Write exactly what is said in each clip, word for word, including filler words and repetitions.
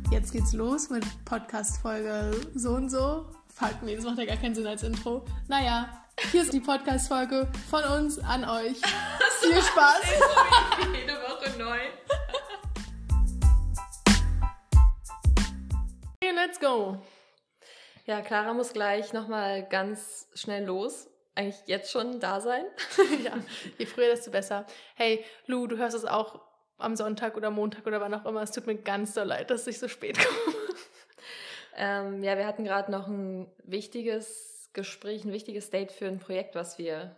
Jetzt geht's los mit Podcast-Folge so und so. Fuck, nee, das macht ja gar keinen Sinn als Intro. Naja, hier ist die Podcast-Folge von uns an euch. Viel Spaß! Jede Woche neu. Okay, let's go! Ja, Clara muss gleich nochmal ganz schnell los. Eigentlich jetzt schon da sein. Ja, je früher, desto besser. Hey, Lu, du hörst es auch am Sonntag oder Montag oder wann auch immer. Es tut mir ganz doll leid, dass ich so spät komme. Ähm, ja, wir hatten gerade noch ein wichtiges Gespräch, ein wichtiges Date für ein Projekt, was wir,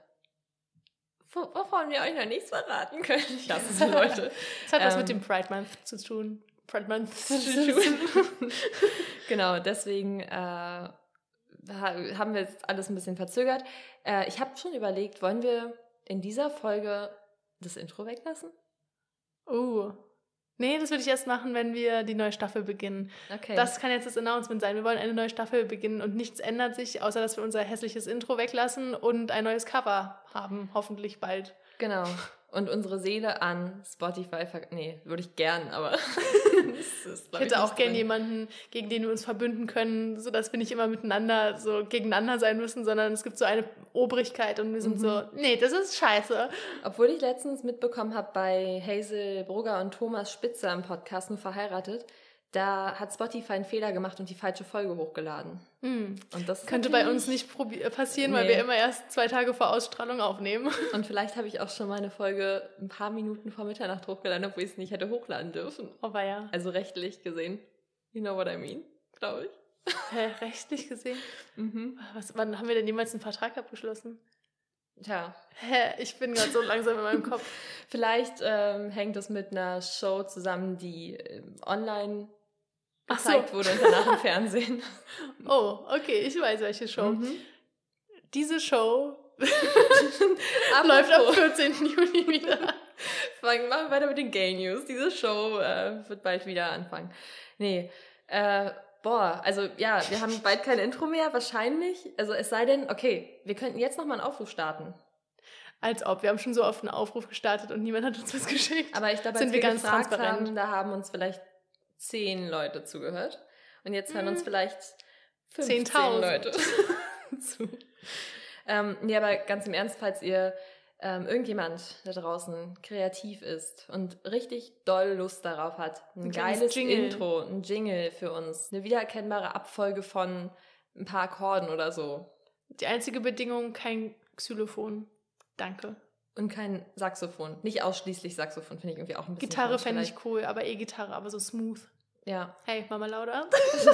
wovon wir euch noch nichts verraten können. Ich lasse es für Leute. Es hat ähm, was mit dem Pride Month zu tun. Pride Month zu tun. Genau, deswegen äh, haben wir jetzt alles ein bisschen verzögert. Äh, ich habe schon überlegt, wollen wir in dieser Folge das Intro weglassen? Oh. Nee, das würde ich erst machen, wenn wir die neue Staffel beginnen. Okay. Das kann jetzt das Announcement sein. Wir wollen eine neue Staffel beginnen und nichts ändert sich, außer dass wir unser hässliches Intro weglassen und ein neues Cover haben, hoffentlich bald. Genau. Und unsere Seele an Spotify, ver- nee, würde ich gern, aber das ist, ich hätte ich, auch gern drin. jemanden, gegen den wir uns verbünden können, sodass wir nicht immer miteinander so gegeneinander sein müssen, sondern es gibt so eine Obrigkeit und wir sind Mhm. so, nee, das ist scheiße. Obwohl ich letztens mitbekommen habe bei Hazel Brugger und Thomas Spitzer im Podcast Nur verheiratet, da hat Spotify einen Fehler gemacht und die falsche Folge hochgeladen. Mm. Und das Könnte bei uns nicht probi- passieren, Nee. weil wir immer erst zwei Tage vor Ausstrahlung aufnehmen. Und vielleicht habe ich auch schon meine Folge ein paar Minuten vor Mitternacht hochgeladen, obwohl ich es nicht hätte hochladen dürfen. Oh, war ja. Also rechtlich gesehen. You know what I mean, glaube ich. Hä, rechtlich gesehen? Mhm. Was, wann haben wir denn jemals einen Vertrag abgeschlossen? Tja, Hä, ich bin gerade so langsam in meinem Kopf. vielleicht ähm, hängt das mit einer Show zusammen, die ähm, online Ach so. gezeigt wurde und danach im Fernsehen. Oh, okay, ich weiß, welche Show. Mhm. Diese Show läuft am vierzehnten Juni wieder. Fangen wir weiter mit den Gay News. Diese Show äh, wird bald wieder anfangen. Nee, äh, boah, also ja, wir haben bald kein Intro mehr, wahrscheinlich. Also es sei denn, okay, wir könnten jetzt nochmal einen Aufruf starten. Als ob, wir haben schon so oft einen Aufruf gestartet und niemand hat uns was geschickt. Aber ich glaube, als Sind wir wir ganz gefragt transparent. haben, da haben uns vielleicht zehn Leute zugehört. Und jetzt hören Hm. uns vielleicht fünfzehn zehntausend Leute zu. Ähm, nee, aber ganz im Ernst, falls ihr ähm, irgendjemand da draußen kreativ ist und richtig doll Lust darauf hat, ein, Ein kleines geiles Jingle. Intro, ein Jingle für uns, eine wiedererkennbare Abfolge von ein paar Akkorden oder so Die einzige Bedingung, kein Xylophon. Danke. und kein Saxophon, nicht ausschließlich Saxophon, finde ich irgendwie auch ein bisschen Gitarre komisch fände vielleicht. ich cool, aber E-Gitarre, aber so smooth. Ja. Hey, Mama Lauda.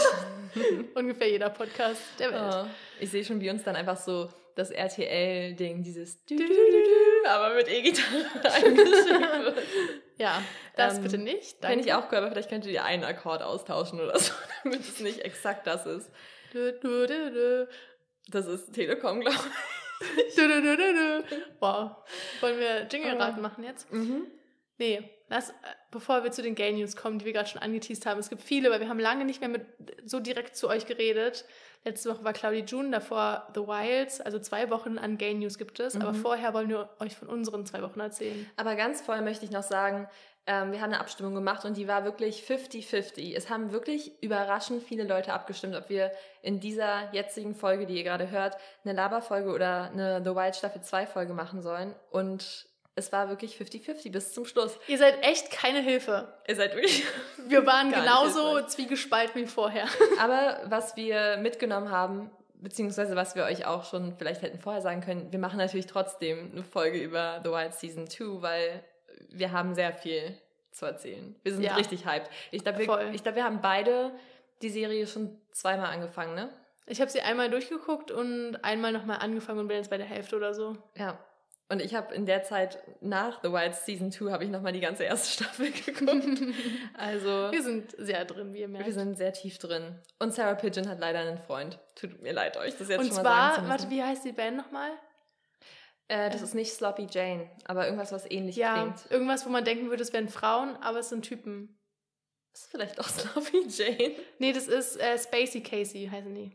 Ungefähr jeder Podcast der Welt. Oh, ich sehe schon, wie uns dann einfach so das R T L-Ding, dieses du, du, du, du, aber mit E-Gitarre eingeschrieben wird. Ja, das Ähm, bitte nicht. Fände ich auch cool, aber vielleicht könntet ihr einen Akkord austauschen oder so, damit es nicht exakt das ist. Du, du, du, du. Das ist Telekom, glaube ich. Du, du, du, du, du. Wow. Wollen wir Jingle-Raten Oh. machen jetzt? Mhm. Nee, lass, äh, bevor wir zu den Gay News kommen, die wir gerade schon angeteased haben. Es gibt viele, weil wir haben lange nicht mehr mit so direkt zu euch geredet. Letzte Woche war Claudie June, davor The Wilds. Also zwei Wochen an Gay News gibt es. Mhm. Aber vorher wollen wir euch von unseren zwei Wochen erzählen. Aber ganz voll möchte ich noch sagen, ähm, wir haben eine Abstimmung gemacht und die war wirklich fünfzig fünfzig. Es haben wirklich überraschend viele Leute abgestimmt, ob wir in dieser jetzigen Folge, die ihr gerade hört, eine Laber-Folge oder eine The Wild Staffel zwei Folge machen sollen. Und es war wirklich fünfzig fünfzig bis zum Schluss. Ihr seid echt keine Hilfe. Ihr seid wirklich... Wir waren Gar nicht genauso hilfreich. zwiegespalten wie vorher. Aber was wir mitgenommen haben, beziehungsweise was wir euch auch schon vielleicht hätten vorher sagen können, wir machen natürlich trotzdem eine Folge über The Wild Season zwei, weil wir haben sehr viel zu erzählen. Wir sind Ja. richtig hyped. Ich glaube, Voll. wir, ich glaub, wir haben beide die Serie schon zweimal angefangen, ne? Ich habe sie einmal durchgeguckt und einmal nochmal angefangen und bin jetzt bei der Hälfte oder so. Ja. Und ich habe in der Zeit nach The Wild Season zwei habe ich nochmal die ganze erste Staffel geguckt. Also Wir sind sehr drin, wie ihr merkt. wir sind sehr tief drin. Und Sarah Pigeon hat leider einen Freund. Tut mir leid, euch das jetzt und schon mal zwar, sagen zu warte, müssen. wie heißt die Band nochmal? Äh, das ist nicht Sloppy Jane, aber irgendwas, was ähnlich Ja, klingt. irgendwas, wo man denken würde, es wären Frauen, aber es sind Typen. Das ist vielleicht auch Sloppy Jane. Nee, das ist äh, Spacey Casey, heißen die.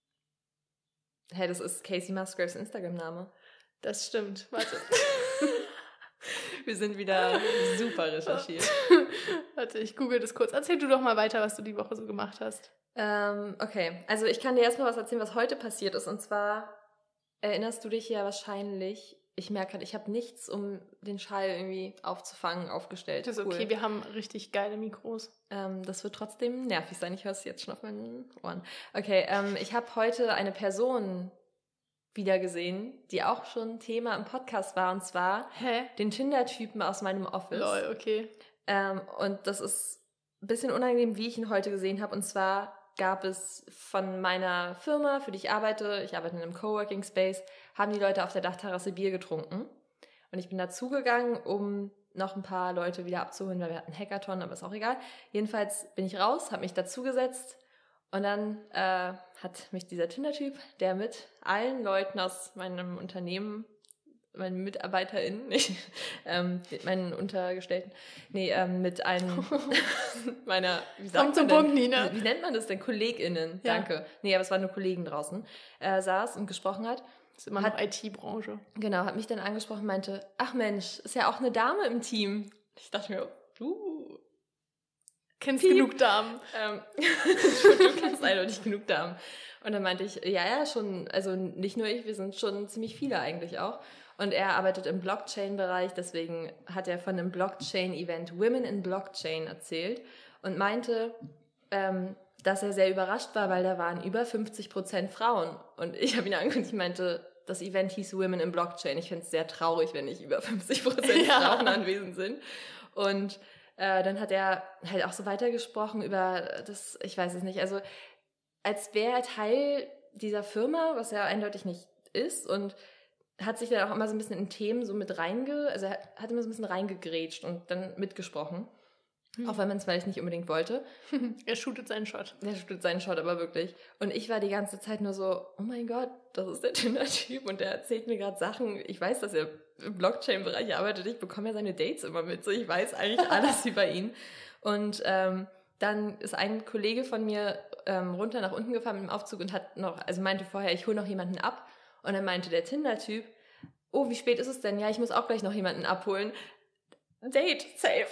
Hä, hey, das ist Casey Musgraves Instagram-Name. Das stimmt. Warte. Wir sind wieder super recherchiert. Warte, ich google das kurz. Erzähl du doch mal weiter, was du die Woche so gemacht hast. Ähm, okay, also ich kann dir erstmal was erzählen, was heute passiert ist. Und zwar erinnerst du dich ja wahrscheinlich, ich merke gerade, ich habe nichts, um den Schall irgendwie aufzufangen, aufgestellt. Das ist cool. okay, wir haben richtig geile Mikros. Ähm, das wird trotzdem nervig sein. Ich höre es jetzt schon auf meinen Ohren. Okay, ähm, ich habe heute eine Person wieder gesehen, die auch schon Thema im Podcast war, und zwar Hä? den Tinder-Typen aus meinem Office. Lol, okay. Ähm, und das ist ein bisschen unangenehm, wie ich ihn heute gesehen habe. Und zwar gab es von meiner Firma, für die ich arbeite, ich arbeite in einem Coworking Space, haben die Leute auf der Dachterrasse Bier getrunken. Und ich bin dazugegangen, um noch ein paar Leute wieder abzuholen, weil wir hatten einen Hackathon, aber ist auch egal. Jedenfalls bin ich raus, habe mich dazugesetzt und dann äh, hat mich dieser Tinder-Typ, der mit allen Leuten aus meinem Unternehmen, meinen MitarbeiterInnen, nicht, ähm, mit meinen Untergestellten, nee, ähm, mit allen meiner, wie sagt Komm zum man Punkt, denn? Nina. Wie, wie nennt man das denn? KollegInnen, Ja. danke. Nee, aber es waren nur Kollegen draußen, äh, saß und gesprochen hat. Das ist immer Hat- noch I T-Branche. Genau, hat mich dann angesprochen und meinte, ach Mensch, ist ja auch eine Dame im Team. Ich dachte mir, uh, Kennst Piep. genug Damen. ähm, du kennst eindeutig genug Damen. Und dann meinte ich, ja, ja, schon, also nicht nur ich, wir sind schon ziemlich viele eigentlich auch. Und er arbeitet im Blockchain-Bereich, deswegen hat er von einem Blockchain-Event Women in Blockchain erzählt und meinte, ähm, dass er sehr überrascht war, weil da waren über fünfzig Prozent Frauen. Und ich habe ihn angeguckt, ich meinte, das Event hieß Women in Blockchain. Ich finde es sehr traurig, wenn nicht über fünfzig Prozent Ja. Frauen anwesend sind. Und äh, dann hat er halt auch so weitergesprochen über das, ich weiß es nicht, also als wäre er Teil dieser Firma, was er eindeutig nicht ist, und hat sich dann auch immer so ein bisschen in Themen so mit reinge... Also er hat immer so ein bisschen reingegrätscht und dann mitgesprochen. Hm. Auch wenn man es vielleicht nicht unbedingt wollte. Er shootet seinen Shot. Der tut seinen Shot aber wirklich. Und ich war die ganze Zeit nur so, oh mein Gott, das ist der Tinder-Typ und der erzählt mir gerade Sachen. Ich weiß, dass er im Blockchain-Bereich arbeitet. Ich bekomme ja seine Dates immer mit. So, ich weiß eigentlich alles über ihn. Und ähm, dann ist ein Kollege von mir ähm, runter nach unten gefahren mit dem Aufzug und hat noch, also meinte vorher, ich hole noch jemanden ab. Und dann meinte der Tinder-Typ, oh, wie spät ist es denn? Ja, ich muss auch gleich noch jemanden abholen. Date, safe.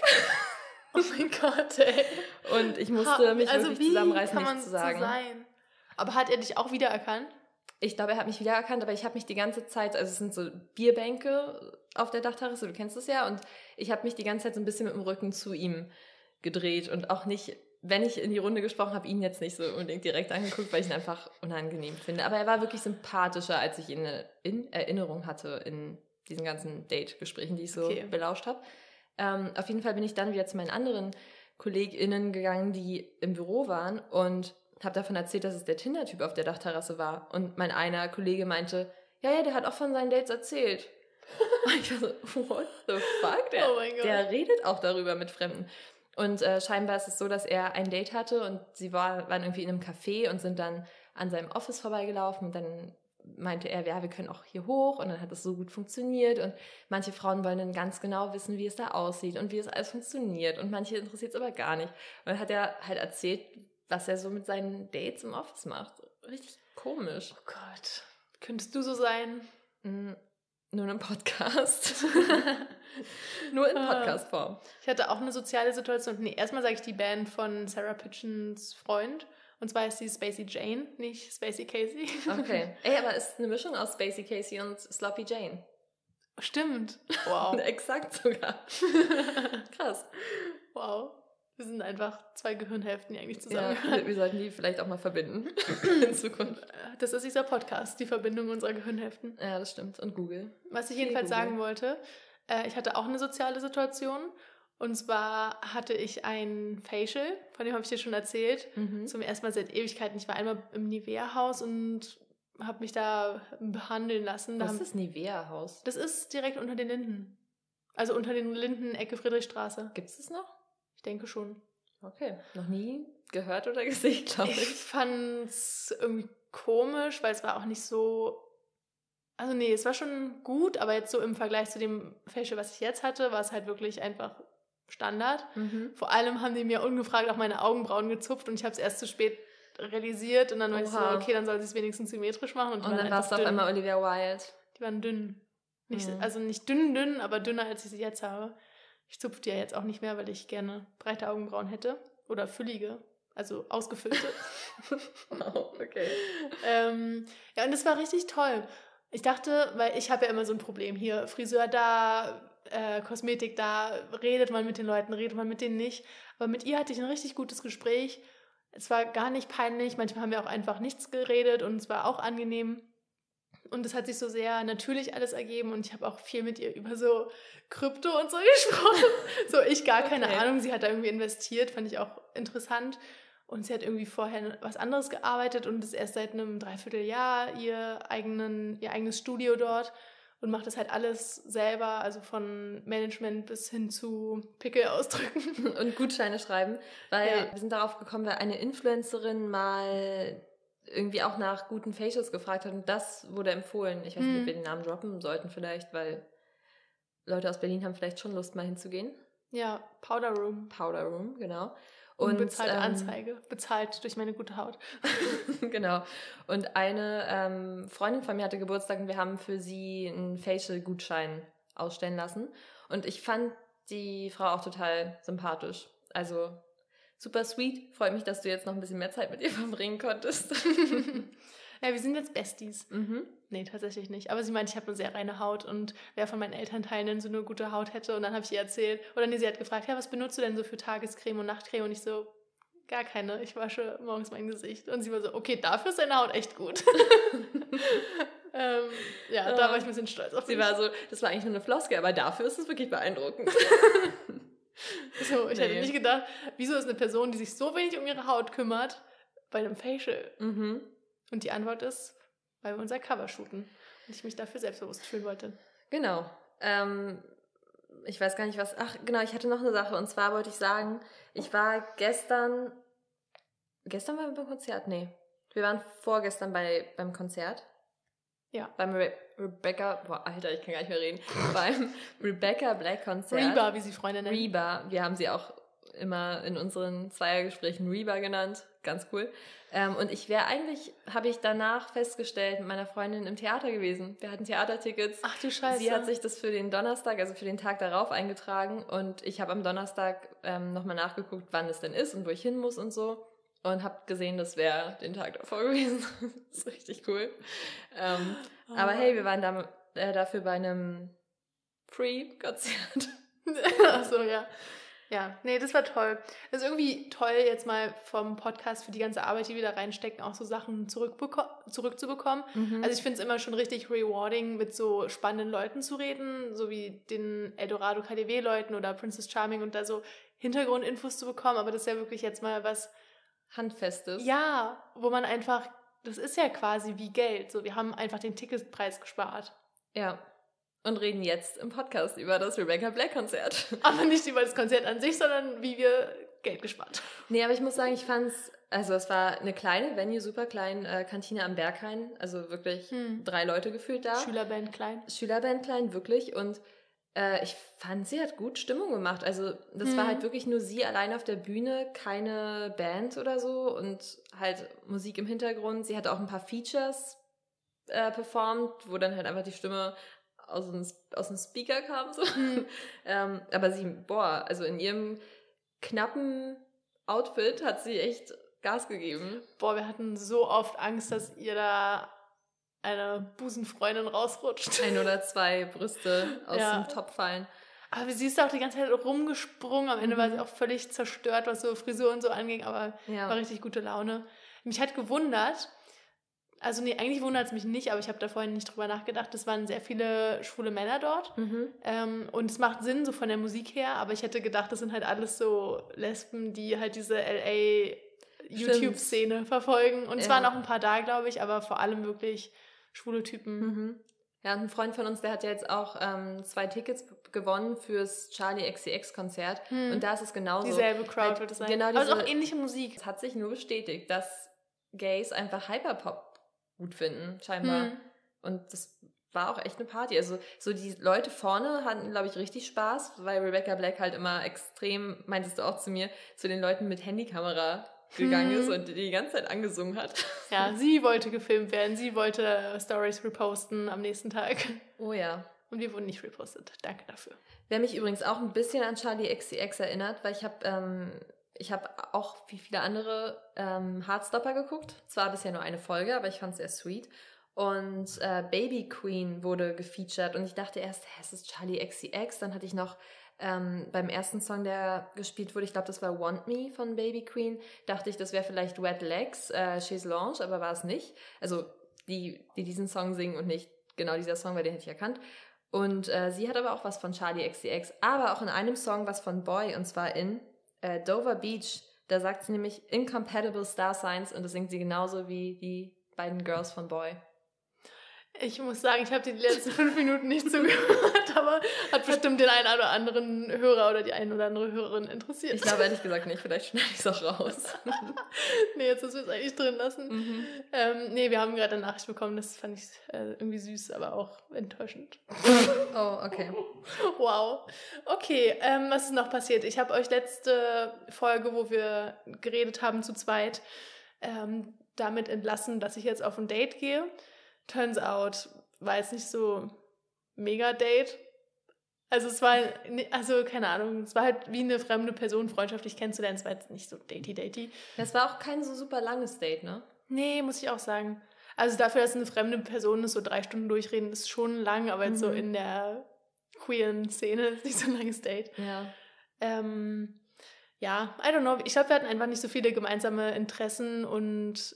Oh mein Gott, ey. Und ich musste mich also wirklich wie zusammenreißen, kann man nichts zu sagen. So sein? Aber hat er dich auch wiedererkannt? Ich glaube, er hat mich wiedererkannt, aber ich habe mich die ganze Zeit, also es sind so Bierbänke auf der Dachterrasse, du kennst es ja, und ich habe mich die ganze Zeit so ein bisschen mit dem Rücken zu ihm gedreht und auch nicht, wenn ich in die Runde gesprochen habe, ihn jetzt nicht so unbedingt direkt angeguckt, weil ich ihn einfach unangenehm finde. Aber er war wirklich sympathischer, als ich ihn in Erinnerung hatte in diesen ganzen Date-Gesprächen, die ich so Okay. belauscht habe. Ähm, auf jeden Fall bin ich dann wieder zu meinen anderen KollegInnen gegangen, die im Büro waren, und habe davon erzählt, dass es der Tinder-Typ auf der Dachterrasse war. Und mein einer Kollege meinte, ja, ja, der hat auch von seinen Dates erzählt. Und ich war so, what the fuck? Der, Oh mein Gott. der redet auch darüber mit Fremden. Und äh, scheinbar ist es so, dass er ein Date hatte und sie war, waren irgendwie in einem Café und sind dann an seinem Office vorbeigelaufen und dann meinte er, ja, wir können auch hier hoch, und dann hat das so gut funktioniert und manche Frauen wollen dann ganz genau wissen, wie es da aussieht und wie es alles funktioniert und manche interessiert es aber gar nicht. Und dann hat er halt erzählt, was er so mit seinen Dates im Office macht. Richtig komisch. Oh Gott. Könntest du so sein? Mm, nur in einem Podcast. Nur in Podcast-Form. Ich hatte auch eine soziale Situation. Nee, erstmal sage ich die Band von Sarah Pitchens Freund. Und zwar ist sie Spacey Jane, nicht Spacey Casey. Okay. Ey, aber es ist eine Mischung aus Spacey Casey und Sloppy Jane. Stimmt. Wow. Exakt sogar. Krass. Wow. Wir sind einfach zwei Gehirnhälften, die eigentlich Ja, zusammengehören. wir, wir sollten die vielleicht auch mal verbinden in Zukunft. Das ist dieser Podcast, die Verbindung unserer Gehirnhälften. Ja, das stimmt. Und Google. Was ich Viel jedenfalls Google. sagen wollte, äh, ich hatte auch eine soziale Situation. Und zwar hatte ich ein Facial, von dem habe ich dir schon erzählt. Mhm. Zum ersten Mal seit Ewigkeiten. Ich war einmal im Nivea-Haus und habe mich da behandeln lassen. Da Was haben, ist das Nivea-Haus? das ist direkt unter den Linden. Also unter den Linden, Ecke Friedrichstraße. Gibt es das noch? Ich denke schon. Okay. Noch nie gehört oder gesehen, glaube Ich ich. fand es irgendwie komisch, weil es war auch nicht so... Also nee, es war schon gut, aber jetzt so im Vergleich zu dem Facial, was ich jetzt hatte, war es halt wirklich einfach Standard. Mhm. Vor allem haben die mir ungefragt auch meine Augenbrauen gezupft und ich habe es erst zu spät realisiert und dann war ich so, Oha. okay, dann soll sie es wenigstens symmetrisch machen. Und, die Und waren dann warst du einfach auf dünn. einmal Olivia Wilde. Die waren dünn. Nicht, Mhm. Also nicht dünn, dünn, aber dünner, als ich sie jetzt habe. Ich zupfe die ja jetzt auch nicht mehr, weil ich gerne breite Augenbrauen hätte. Oder füllige, also ausgefüllte. Wow, okay. ähm, ja, und das war richtig toll. Ich dachte, weil ich habe ja immer so ein Problem hier, Friseur da, äh, Kosmetik da, redet man mit den Leuten, redet man mit denen nicht. Aber mit ihr hatte ich ein richtig gutes Gespräch. Es war gar nicht peinlich, manchmal haben wir auch einfach nichts geredet und es war auch angenehm. Und es hat sich so sehr natürlich alles ergeben und ich habe auch viel mit ihr über so Krypto und so gesprochen. So, ich gar keine Okay. Ahnung, sie hat da irgendwie investiert, fand ich auch interessant. Und sie hat irgendwie vorher was anderes gearbeitet und ist erst seit einem Dreivierteljahr ihr, eigenen, ihr eigenes Studio dort und macht das halt alles selber, also von Management bis hin zu Pickel ausdrücken. Und Gutscheine schreiben, weil Ja. wir sind darauf gekommen, weil eine Influencerin mal irgendwie auch nach guten Facials gefragt hat und das wurde empfohlen. Ich weiß nicht, ob Hm. wir den Namen droppen sollten vielleicht, weil Leute aus Berlin haben vielleicht schon Lust, mal hinzugehen. Ja, Powder Room. Powder Room, genau. Und bezahlte ähm, Anzeige. Bezahlt durch meine gute Haut. Genau. Und eine ähm, Freundin von mir hatte Geburtstag und wir haben für sie einen Facial-Gutschein ausstellen lassen. Und ich fand die Frau auch total sympathisch. Also super sweet. Freut mich, dass du jetzt noch ein bisschen mehr Zeit mit ihr verbringen konntest. Ja, wir sind jetzt Besties. Mhm. Nee, tatsächlich nicht. Aber sie meint, ich habe eine sehr reine Haut und wer von meinen Elternteilen denn so eine gute Haut hätte. Und dann habe ich ihr erzählt, oder nee, sie hat gefragt, ja, was benutzt du denn so für Tagescreme und Nachtcreme? Und ich so, gar keine, ich wasche morgens mein Gesicht. Und sie war so, okay, dafür ist deine Haut echt gut. ähm, ja, Ja. da war ich ein bisschen stolz auf Sie mich. war so, das war eigentlich nur eine Floskel, aber dafür ist es wirklich beeindruckend. So, ich Nee. hätte nicht gedacht, wieso ist eine Person, die sich so wenig um ihre Haut kümmert, bei einem Facial? Mhm. Und die Antwort ist, weil wir unser Cover shooten. Und ich mich dafür selbstbewusst fühlen wollte. Genau. Ähm, ich weiß gar nicht, was... Ach, genau, ich hatte noch eine Sache. Und zwar wollte ich sagen, ich war gestern... Gestern waren wir beim Konzert? Nee. Wir waren vorgestern bei, beim Konzert. Ja. Beim Re Rebecca... Boah, Alter, ich kann gar nicht mehr reden. beim Rebecca Black Konzert. Reba, wie sie Freunde nennen. Reba. Wir haben sie auch immer in unseren Zweiergesprächen Reba genannt. Ganz cool. Ähm, und ich wäre eigentlich, habe ich danach festgestellt, mit meiner Freundin im Theater gewesen. Wir hatten Theatertickets. Ach du Scheiße. Sie hat sich das für den Donnerstag, also für den Tag darauf eingetragen und ich habe am Donnerstag ähm, nochmal nachgeguckt, wann es denn ist und wo ich hin muss und so und habe gesehen, das wäre den Tag davor gewesen. Das ist richtig cool. Ähm, Oh. Aber hey, wir waren da, äh, dafür bei einem Free-Konzert. Ach so, ja. Ja, nee, das war toll. Das ist irgendwie toll, jetzt mal vom Podcast für die ganze Arbeit, die wir da reinstecken, auch so Sachen zurückzubekommen. Mhm. Also ich finde es immer schon richtig rewarding, mit so spannenden Leuten zu reden, so wie den Eldorado K D W-Leuten oder Princess Charming und da so Hintergrundinfos zu bekommen. Aber das ist ja wirklich jetzt mal was... Handfestes. Ja, wo man einfach... Das ist ja quasi wie Geld. So, wir haben einfach den Ticketpreis gespart. Ja. Und reden jetzt im Podcast über das Rebecca Black Konzert. Aber nicht über das Konzert an sich, sondern wie wir Geld gespart haben. Nee, aber ich muss sagen, ich fand's, also es war eine kleine Venue, super klein, äh, Kantine am Berghain, also wirklich Hm. drei Leute gefühlt da. Schülerband klein. Schülerband klein, wirklich. Und äh, ich fand, sie hat gut Stimmung gemacht. Also das Mhm. war halt wirklich nur sie allein auf der Bühne, keine Band oder so und halt Musik im Hintergrund. Sie hat auch ein paar Features äh, performt, wo dann halt einfach die Stimme aus dem, aus dem Speaker kam. So. Mhm. ähm, aber sie, boah, also in ihrem knappen Outfit hat sie echt Gas gegeben. Boah, wir hatten so oft Angst, dass ihr da eine Busenfreundin rausrutscht. Ein oder zwei Brüste aus Ja. dem Top fallen. Aber sie ist auch die ganze Zeit rumgesprungen. Am Ende Mhm. war sie auch völlig zerstört, was so Frisur und so anging. Aber Ja. war richtig gute Laune. Mich hat gewundert, also nee, eigentlich wundert es mich nicht, aber ich habe da vorhin nicht drüber nachgedacht. Es waren sehr viele schwule Männer dort. Mhm. Ähm, und es macht Sinn, so von der Musik her, aber ich hätte gedacht, das sind halt alles so Lesben, die halt diese L A-YouTube-Szene verfolgen. Und es Ja. waren auch ein paar da, glaube ich, aber vor allem wirklich schwule Typen. Mhm. Ja, und ein Freund von uns, der hat ja jetzt auch ähm, zwei Tickets b- gewonnen fürs Charlie X C X-Konzert. Hm. Und da ist es genauso. Dieselbe Crowd Halt wird es sein. genau aber es ist diese- auch ähnliche Musik. Es hat sich nur bestätigt, dass Gays einfach Hyperpop gut finden, scheinbar. Hm. Und das war auch echt eine Party. Also so die Leute vorne hatten, glaube ich, richtig Spaß, weil Rebecca Black halt immer extrem, meintest du auch zu mir, zu den Leuten mit Handykamera gegangen Hm. ist und die die ganze Zeit angesungen hat. Ja, sie wollte gefilmt werden, sie wollte Stories reposten am nächsten Tag. Oh ja. Und wir wurden nicht repostet. Danke dafür. Wer mich übrigens auch ein bisschen an Charli X C X erinnert, weil ich habe ähm, ich habe auch wie viele andere ähm, Heartstopper geguckt. Zwar bisher nur eine Folge, aber ich fand es sehr sweet. Und äh, Baby Queen wurde gefeatured und ich dachte erst, hä, es ist Charli X C X. Dann hatte ich noch ähm, beim ersten Song, der gespielt wurde, ich glaube, das war Want Me von Baby Queen, dachte ich, das wäre vielleicht Wet Legs, äh, Chez Lange, aber war es nicht. Also die, die diesen Song singen und nicht genau dieser Song, weil den hätte ich erkannt. Und äh, sie hat aber auch was von Charli X C X, aber auch in einem Song was von Boy, und zwar in äh, Dover Beach. Da sagt sie nämlich Incompatible Star Signs und das singt sie genauso wie die beiden Girls von Boy. Ich muss sagen, ich habe die letzten fünf Minuten nicht zugehört, aber hat bestimmt den einen oder anderen Hörer oder die eine oder andere Hörerin interessiert. Ich glaube ehrlich gesagt nicht, vielleicht schneide ich es auch raus. Nee, jetzt müssen wir es eigentlich drin lassen. Mhm. Ähm, nee, wir haben gerade eine Nachricht bekommen, das fand ich äh, irgendwie süß, aber auch enttäuschend. Oh, okay. Wow. Okay, ähm, was ist noch passiert? Ich habe euch letzte Folge, wo wir geredet haben zu zweit, ähm, damit entlassen, dass ich jetzt auf ein Date gehe. Turns out, war jetzt nicht so mega Date. Also es war, also keine Ahnung, es war halt wie eine fremde Person freundschaftlich kennenzulernen. Es war jetzt nicht so datey-datey. Das war auch kein so super langes Date, ne? Nee, muss ich auch sagen. Also dafür, dass eine fremde Person ist, so drei Stunden durchreden, ist schon lang, aber jetzt mhm. so in der queeren Szene ist nicht so ein langes Date. Ja. Ähm, ja, I don't know. Ich glaube, wir hatten einfach nicht so viele gemeinsame Interessen und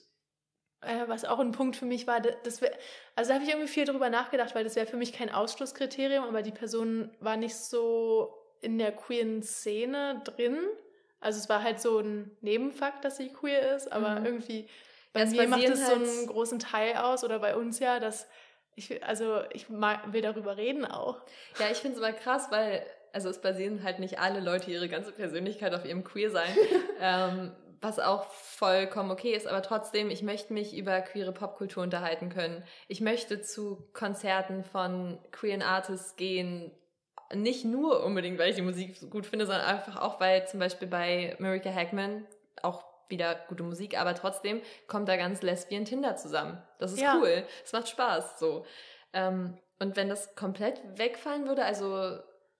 äh, was auch ein Punkt für mich war, das wär, also da habe ich irgendwie viel drüber nachgedacht, weil das wäre für mich kein Ausschlusskriterium, aber die Person war nicht so in der queeren Szene drin. Also es war halt so ein Nebenfakt, dass sie queer ist, aber mhm. irgendwie bei ja, mir macht es halt so einen großen Teil aus oder bei uns ja, dass ich, also ich mag, will darüber reden auch. Ja, ich finde es immer krass, weil also es basieren halt nicht alle Leute ihre ganze Persönlichkeit auf ihrem Queersein, ähm, was auch vollkommen okay ist, aber trotzdem, ich möchte mich über queere Popkultur unterhalten können. Ich möchte zu Konzerten von queeren Artists gehen, nicht nur unbedingt, weil ich die Musik so gut finde, sondern einfach auch, weil zum Beispiel bei Marika Hackman auch wieder gute Musik, aber trotzdem kommt da ganz Lesbian Tinder zusammen. Das ist ja. cool. Es macht Spaß, so. Ähm, und wenn das komplett wegfallen würde, also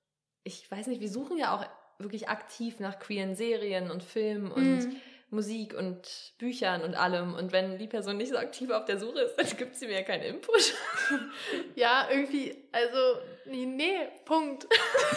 ich weiß nicht, wir suchen ja auch wirklich aktiv nach queeren Serien und Filmen und mm. Musik und Büchern und allem. Und wenn die Person nicht so aktiv auf der Suche ist, dann gibt sie mir ja keinen Input. Ja, irgendwie, also, nee, nee Punkt.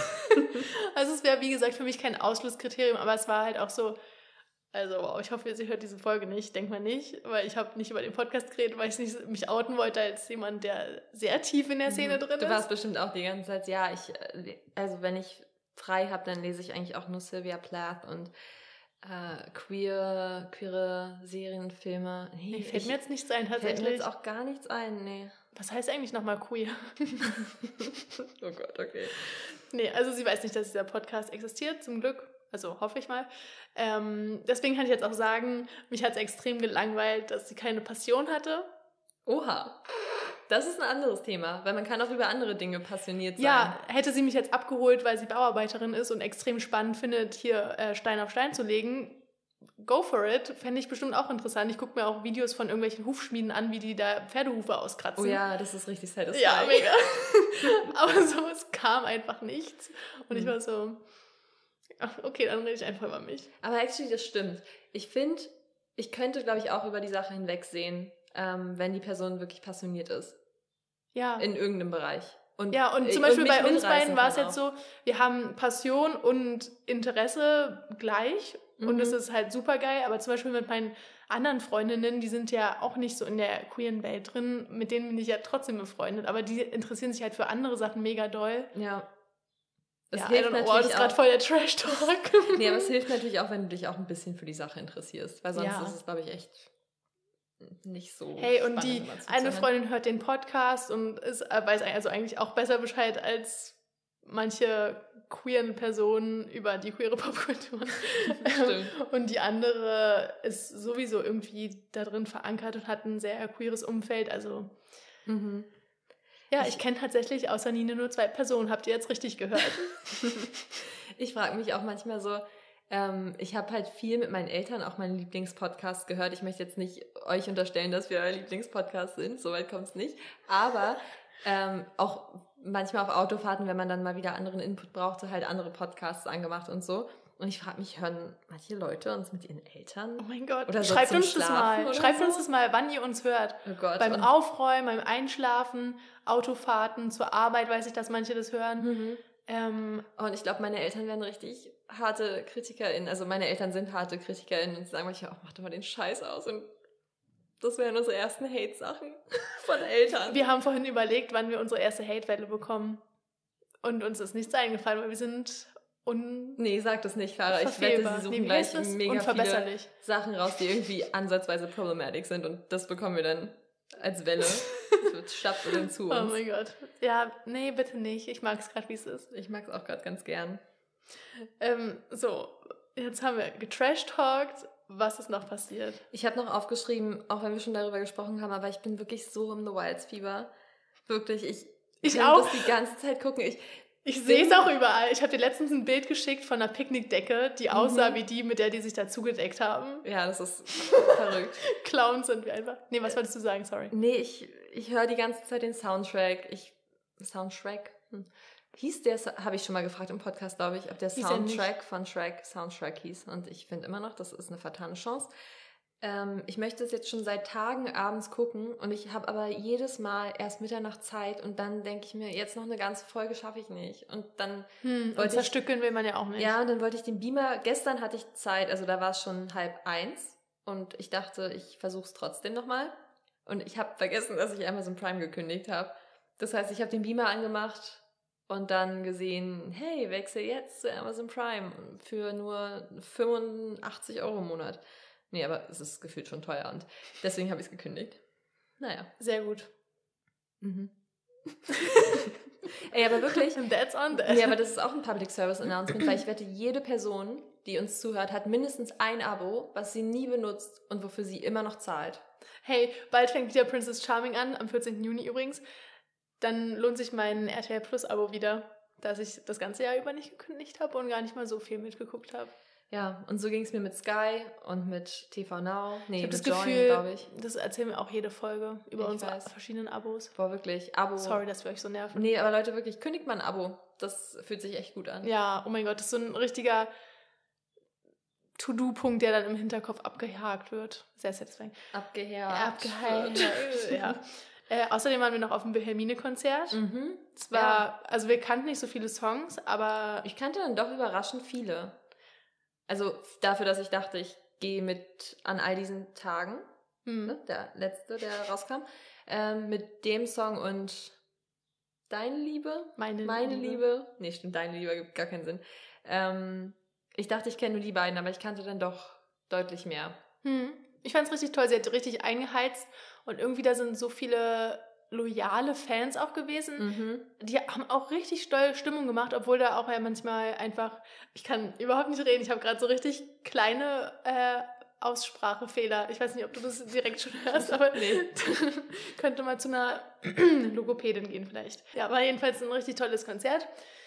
Also es wäre, wie gesagt, für mich kein Ausschlusskriterium, aber es war halt auch so, also wow, ich hoffe, sie hört diese Folge nicht, denk mal nicht, weil ich habe nicht über den Podcast geredet, weil ich nicht mich outen wollte als jemand, der sehr tief in der Szene mhm. drin ist. Du warst bestimmt auch die ganze Zeit, ja, ich, also wenn ich frei habe, dann lese ich eigentlich auch nur Sylvia Plath und äh, queer, queere Serien, Filme. Nee, nee, fällt ich, mir jetzt nichts ein, tatsächlich. Fällt mir jetzt auch gar nichts ein, nee. Was heißt eigentlich nochmal queer? Oh Gott, okay. Nee, also sie weiß nicht, dass dieser Podcast existiert, zum Glück. Also hoffe ich mal. Ähm, deswegen kann ich jetzt auch sagen, mich hat es extrem gelangweilt, dass sie keine Passion hatte. Oha. Das ist ein anderes Thema, weil man kann auch über andere Dinge passioniert sein. Ja, hätte sie mich jetzt abgeholt, weil sie Bauarbeiterin ist und extrem spannend findet, hier äh, Stein auf Stein zu legen, go for it, fände ich bestimmt auch interessant. Ich gucke mir auch Videos von irgendwelchen Hufschmieden an, wie die da Pferdehufe auskratzen. Oh ja, das ist richtig satisfying. Ja, mega. Aber so, es kam einfach nichts. Und mhm. ich war so, ach, okay, dann rede ich einfach über mich. Aber actually, das stimmt. Ich finde, ich könnte, glaube ich, auch über die Sache hinwegsehen, ähm, wenn die Person wirklich passioniert ist. Ja. In irgendeinem Bereich. Und ja, und zum Beispiel und bei uns beiden war es jetzt so, wir haben Passion und Interesse gleich mhm. und das ist halt super geil, aber zum Beispiel mit meinen anderen Freundinnen, die sind ja auch nicht so in der queeren Welt drin, mit denen bin ich ja trotzdem befreundet, aber die interessieren sich halt für andere Sachen mega doll. Ja. Das ja, hilft natürlich oh, das ist gerade voll der Trash-Talk. Nee, aber es hilft natürlich auch, wenn du dich auch ein bisschen für die Sache interessierst, weil sonst ja. ist es, glaube ich, echt nicht so hey, und die eine Freundin hört den Podcast und ist, weiß also eigentlich auch besser Bescheid als manche queeren Personen über die queere Popkultur. Und die andere ist sowieso irgendwie da drin verankert und hat ein sehr queeres Umfeld. Also mhm. ja, ich, ich kenne tatsächlich außer Nine nur zwei Personen. Habt ihr jetzt richtig gehört? Ich frage mich auch manchmal so, Ähm, ich habe halt viel mit meinen Eltern auch meinen Lieblingspodcast gehört. Ich möchte jetzt nicht euch unterstellen, dass wir euer Lieblingspodcast sind, soweit kommt es nicht. Aber Ähm, auch manchmal auf Autofahrten, wenn man dann mal wieder anderen Input brauchte, halt andere Podcasts angemacht und so. Und ich frage mich, hören manche Leute uns mit ihren Eltern? Oh mein Gott. Oder so Schreibt zum uns das Schlafen mal. oder Schreibt so? uns das mal, wann ihr uns hört. Oh Gott. Beim und- Aufräumen, beim Einschlafen, Autofahrten, zur Arbeit, weiß ich, dass manche das hören. Mhm. Ähm, Und ich glaube, meine Eltern werden richtig harte KritikerInnen. Also meine Eltern sind harte KritikerInnen und sagen manchmal auch, mach doch mal den Scheiß aus. Und das wären unsere ersten Hate-Sachen von Eltern. wir haben vorhin überlegt, wann wir unsere erste Hate-Welle bekommen. Und uns ist nichts eingefallen, weil wir sind un... Nee, sag das nicht, Clara. Ich wette, Verfehlbar. sie suchen Nee, wie gleich heißt das? mega viele Unverbesserlich. Sachen raus, die irgendwie ansatzweise problematic sind. Und das bekommen wir dann als Welle. Das wird stapft dann zu Oh uns. mein Gott. Ja, nee, bitte nicht. Ich mag es gerade, wie es ist. Ich mag es auch gerade ganz gern. Ähm, so, jetzt haben wir getrash-talkt. Was ist noch passiert? Ich habe noch aufgeschrieben, auch wenn wir schon darüber gesprochen haben, aber ich bin wirklich so im The Wilds-Fieber. Wirklich, ich, Ich will auch. das die ganze Zeit gucken. Ich, Ich sehe es auch überall. Ich habe dir letztens ein Bild geschickt von einer Picknickdecke, die aussah Mhm. wie die, mit der die sich da zugedeckt haben. ja, das ist verrückt. Clowns sind wir einfach. Nee, was wolltest du sagen? Sorry. Nee, ich, ich höre die ganze Zeit den Soundtrack. Ich, Soundtrack? Hm. Hieß der, habe ich schon mal gefragt im Podcast, glaube ich, ob der Hieß er nicht. Soundtrack von Shrek Soundtrack hieß. Und ich finde immer noch, das ist eine vertane Chance. Ähm, ich möchte es jetzt schon seit Tagen abends gucken und ich habe aber jedes Mal erst Mitternacht Zeit und dann denke ich mir, jetzt noch eine ganze Folge schaffe ich nicht. Und dann Hm, und wollte ich, zerstückeln will man ja auch nicht. ja, und dann wollte ich den Beamer, gestern hatte ich Zeit, also da war es schon halb eins und ich dachte, ich versuche es trotzdem nochmal. Und ich habe vergessen, dass ich Amazon Prime gekündigt habe. Das heißt, ich habe den Beamer angemacht und dann gesehen, hey, wechsel jetzt zu Amazon Prime für nur fünfundachtzig Euro im Monat. Nee, aber es ist gefühlt schon teuer und deswegen habe ich es gekündigt. Naja. Sehr gut. Mhm. Ey, aber wirklich, And that's on that. nee, aber das ist auch ein Public Service Announcement, weil ich wette, jede Person, die uns zuhört, hat mindestens ein Abo, was sie nie benutzt und wofür sie immer noch zahlt. Hey, bald fängt wieder Princess Charming an, am vierzehnten Juni übrigens. Dann lohnt sich mein R T L Plus Abo wieder, dass ich das ganze Jahr über nicht gekündigt habe und gar nicht mal so viel mitgeguckt habe. Ja, und so ging es mir mit Sky und mit T V Now. Nee, Ich habe mit das Join, Gefühl, glaube ich. das erzählen wir auch jede Folge über Ich unsere weiß. verschiedenen Abos. Boah, wirklich, Abo. Sorry, dass wir euch so nerven. Nee, aber Leute, wirklich, kündigt mal ein Abo. Das fühlt sich echt gut an. Ja, oh mein Gott, das ist so ein richtiger To-Do-Punkt, der dann im Hinterkopf abgehakt wird. Sehr satisfying. Abgehakt. Abgehakt, ja. Äh, außerdem waren wir noch auf dem Wilhelmine-Konzert. Mhm. Es war, also wir kannten nicht so viele Songs, aber Ich kannte dann doch überraschend viele. Also dafür, dass ich dachte, ich gehe mit an all diesen Tagen, hm, ne, der letzte, der rauskam, ähm, mit dem Song und Deine Liebe? meine, Meine Liebe? Nee, stimmt, Deine Liebe gibt gar keinen Sinn. Ähm, ich dachte, ich kenne nur die beiden, aber ich kannte dann doch deutlich mehr. Hm. Ich fand es richtig toll, sie hat richtig eingeheizt und irgendwie da sind so viele loyale Fans auch gewesen. Mhm. Die haben auch richtig doll Stimmung gemacht, obwohl da auch ja manchmal einfach, ich kann überhaupt nicht reden, ich habe gerade so richtig kleine äh, Aussprachefehler. Ich weiß nicht, ob du das direkt schon hörst, aber Nee. könnte mal zu einer Logopädin gehen vielleicht. Ja, war jedenfalls ein richtig tolles Konzert.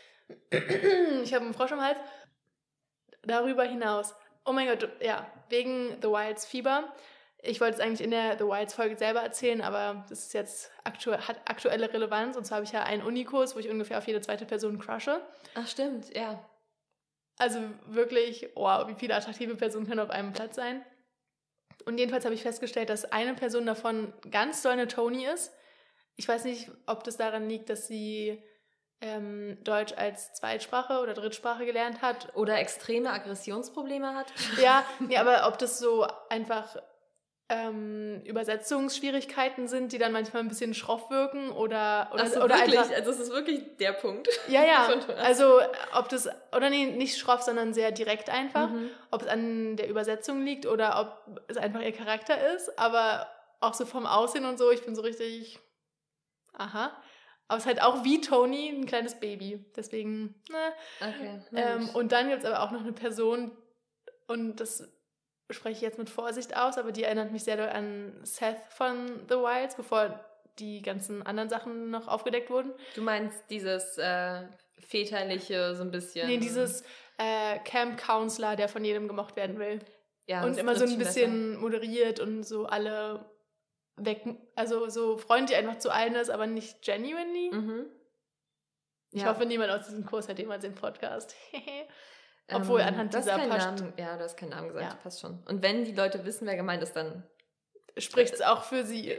Ich habe einen Frosch im Hals. Darüber hinaus, oh mein Gott, ja, wegen The Wilds Fieber. Ich wollte es eigentlich in der The Wilds Folge selber erzählen, aber das ist jetzt aktu- hat aktuelle Relevanz. Und zwar habe ich ja einen Unikurs, wo ich ungefähr auf jede zweite Person crushe. Ach, stimmt, ja. Also wirklich, wow, wie viele attraktive Personen können auf einem Platz sein. Und jedenfalls habe ich festgestellt, dass eine Person davon ganz doll eine Toni ist. Ich weiß nicht, ob das daran liegt, dass sie ähm, Deutsch als Zweitsprache oder Drittsprache gelernt hat. Oder extreme Aggressionsprobleme hat. Ja, nee, aber ob das so einfach ähm, Übersetzungsschwierigkeiten sind, die dann manchmal ein bisschen schroff wirken oder oder, Ach so, oder wirklich? einfach. Also es ist wirklich der Punkt. Ja, ja. Schon krass. Also ob das, oder nee, nicht schroff, sondern sehr direkt einfach. Mhm. Ob es an der Übersetzung liegt oder ob es einfach ihr Charakter ist, aber auch so vom Aussehen und so, ich bin so richtig, aha. Aber es ist halt auch wie Toni ein kleines Baby. Deswegen, ne. Okay. Ähm, und dann gibt es aber auch noch eine Person, und das spreche ich jetzt mit Vorsicht aus, aber die erinnert mich sehr doll an Seth von The Wilds, bevor die ganzen anderen Sachen noch aufgedeckt wurden. Du meinst dieses äh, väterliche, so ein bisschen... Nee, dieses äh, Camp-Counselor, der von jedem gemocht werden will. ja, und das immer so trifft ein schon bisschen moderiert und so alle weg, also so freundlich einfach zu allen ist, aber nicht genuinely. Mhm. Ich Ja. hoffe, niemand aus diesem Kurs hat jemals den Podcast. Obwohl ähm, anhand du hast dieser keinen Past Namen, ja, du hast keinen Namen gesagt, Ja. passt schon. Und wenn die Leute wissen, wer gemeint ist, dann spricht es auch für sie.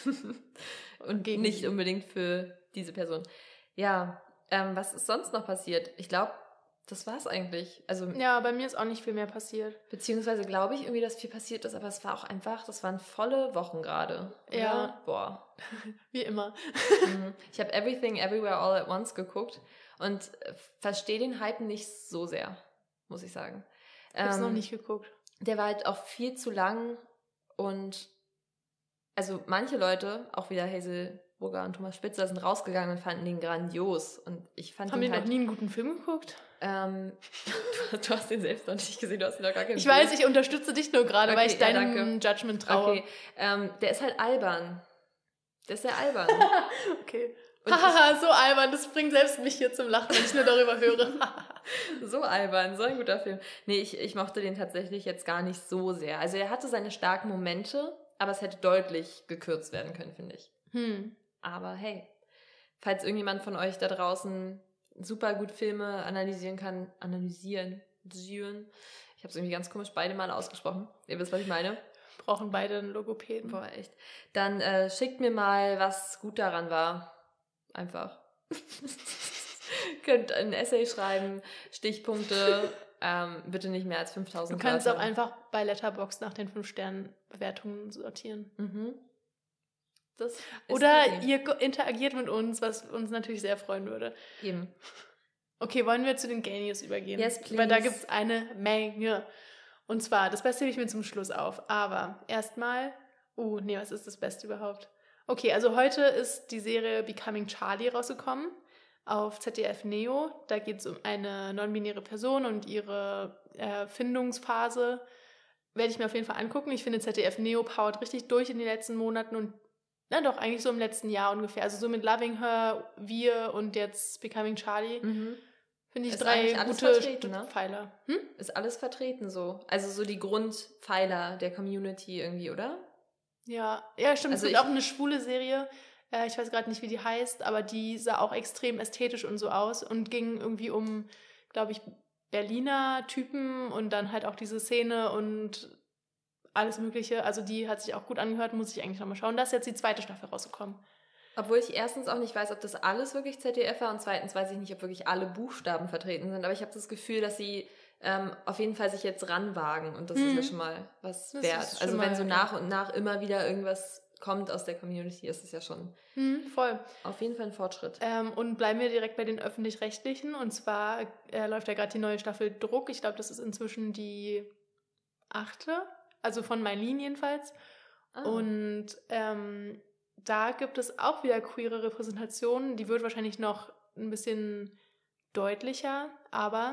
und gegen nicht sie. unbedingt für diese Person. Ja, ähm, was ist sonst noch passiert? Ich glaube, das war's eigentlich. Also, Ja, bei mir ist auch nicht viel mehr passiert. beziehungsweise glaube ich irgendwie, dass viel passiert ist, aber es war auch einfach, das waren volle Wochen gerade. oder? Ja. Boah. Wie immer. Mhm. Ich habe Everything Everywhere All at Once geguckt und äh, verstehe den Hype nicht so sehr, muss ich sagen. Ich habe es Ähm, noch nicht geguckt. Der war halt auch viel zu lang und also manche Leute, auch wieder Hazel Brugger und Thomas Spitzer, sind rausgegangen und fanden den grandios und ich fand Haben ihn wir halt... noch nie einen guten Film geguckt? Ähm, du, du hast den selbst noch nicht gesehen, du hast ihn noch gar keinen Ich Film. weiß, ich unterstütze dich nur gerade, Okay, weil ich ja, deinem Judgment traue. Okay, ähm, der ist halt albern. Der ist sehr albern. Okay. Und Hahaha, so albern, das bringt selbst mich hier zum Lachen, wenn ich nur darüber höre. so albern, so ein guter Film. Nee, ich, ich mochte den tatsächlich jetzt gar nicht so sehr. Also er hatte seine starken Momente, aber es hätte deutlich gekürzt werden können, finde ich. Hm. Aber hey, falls irgendjemand von euch da draußen super gut Filme analysieren kann, analysieren, analysieren. Ich habe es irgendwie ganz komisch beide Mal ausgesprochen. Ihr wisst, was ich meine. Brauchen beide einen Logopäden. Boah, echt. Dann äh, schickt mir mal, was gut daran war. Einfach. Könnt ein Essay schreiben, Stichpunkte, ähm, bitte nicht mehr als Du fünftausend kannst Wörter. auch einfach bei Letterboxd nach den fünf Sternen Bewertungen sortieren. Mhm. Das ist Oder eine Idee. ihr ko- interagiert mit uns, was uns natürlich sehr freuen würde. Eben. Okay, wollen wir zu den Gay News übergehen? Yes, please. Weil da gibt es eine Menge. Und zwar, das Beste hebe ich mir zum Schluss auf. Aber erstmal, uh, nee, was ist das Beste überhaupt? Okay, also heute ist die Serie Becoming Charlie rausgekommen auf Z D F Neo. Da geht es um eine non-binäre Person und ihre äh, Findungsphase. Werde ich mir auf jeden Fall angucken. Ich finde, Z D F Neo powert richtig durch in den letzten Monaten und na doch, eigentlich so im letzten Jahr ungefähr. Also so mit Loving Her, Wir und jetzt Becoming Charlie. Mhm. Finde ich Ist drei eigentlich alles gute vertreten, ne? Pfeiler. Hm? Ist alles vertreten so. Also so die Grundpfeiler der Community irgendwie, oder? Ja, ja, stimmt. Also es gibt ich- auch eine schwule Serie. Äh, ich weiß gerade nicht, wie die heißt, aber die sah auch extrem ästhetisch und so aus und ging irgendwie um, glaube ich, Berliner Typen und dann halt auch diese Szene und alles Mögliche. Also die hat sich auch gut angehört, muss ich eigentlich nochmal schauen. Da ist jetzt die zweite Staffel rausgekommen. Obwohl ich erstens auch nicht weiß, ob das alles wirklich Z D F war und zweitens weiß ich nicht, ob wirklich alle Buchstaben vertreten sind. Aber ich habe das Gefühl, dass sie ähm, auf jeden Fall sich jetzt ranwagen und das ist Mhm. ja schon mal was Das wert. ist schon Also wenn mal, so ja. nach und nach immer wieder irgendwas kommt aus der Community, ist es ja schon Hm, voll. auf jeden Fall ein Fortschritt. Ähm, und bleiben wir direkt bei den Öffentlich-Rechtlichen. Und zwar äh, läuft ja gerade die neue Staffel Druck. Ich glaube, das ist inzwischen die achte. Also von Mailin jedenfalls. Ah. Und ähm, da gibt es auch wieder queere Repräsentationen. Die wird wahrscheinlich noch ein bisschen deutlicher, aber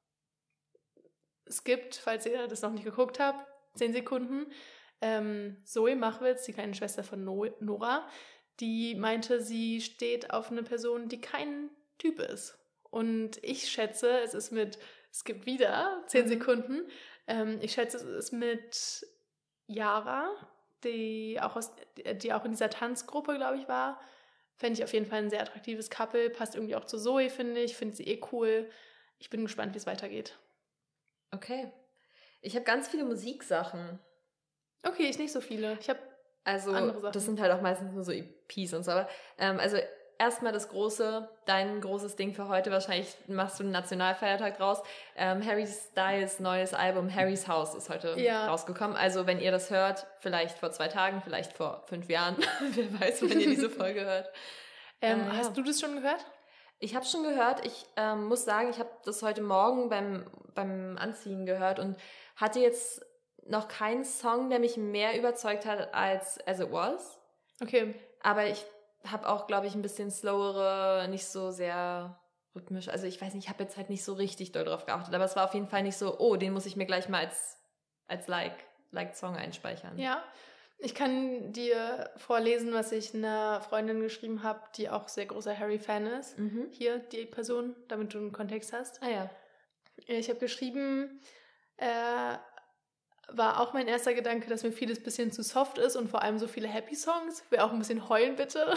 es gibt, falls ihr das noch nicht geguckt habt, zehn Sekunden, ähm, Zoe Machwitz, die kleine Schwester von no- Nora, die meinte, sie steht auf eine Person, die kein Typ ist. Und ich schätze, es ist mit, es gibt wieder zehn Mhm. Sekunden, ähm, ich schätze, es ist mit Yara, die auch, aus, die auch in dieser Tanzgruppe, glaube ich, war. Fände ich auf jeden Fall ein sehr attraktives Couple. Passt irgendwie auch zu Zoe, finde ich. Finde sie eh cool. Ich bin gespannt, wie es weitergeht. Okay. Ich habe ganz viele Musiksachen. Okay, ich nicht so viele. Ich habe Also Andere Sachen. das sind halt auch meistens nur so E Ps und so. Aber ähm, also erstmal das große, dein großes Ding für heute. Wahrscheinlich machst du einen Nationalfeiertag draus. Ähm, Harry Styles neues Album Harry's House ist heute Ja. rausgekommen. Also wenn ihr das hört, vielleicht vor zwei Tagen, vielleicht vor fünf Jahren. Wer weiß, wenn ihr diese Folge hört. Ähm, Äh, ja. Hast du das schon gehört? Ich habe schon gehört. Ich ähm, muss sagen, ich habe das heute Morgen beim, beim Anziehen gehört und hatte jetzt noch keinen Song, der mich mehr überzeugt hat als As It Was. Okay. Aber ich habe auch, glaube ich, ein bisschen slowere, nicht so sehr rhythmisch. Also ich weiß nicht, ich habe jetzt halt nicht so richtig doll drauf geachtet. Aber es war auf jeden Fall nicht so, oh, den muss ich mir gleich mal als, als like, like Song einspeichern. Ja. Ich kann dir vorlesen, was ich einer Freundin geschrieben habe, die auch sehr großer Harry-Fan ist. Mhm. Hier, die Person, damit du einen Kontext hast. Ah ja. Ich habe geschrieben, äh, war auch mein erster Gedanke, dass mir vieles ein bisschen zu soft ist und vor allem so viele Happy-Songs. Will auch ein bisschen heulen, bitte.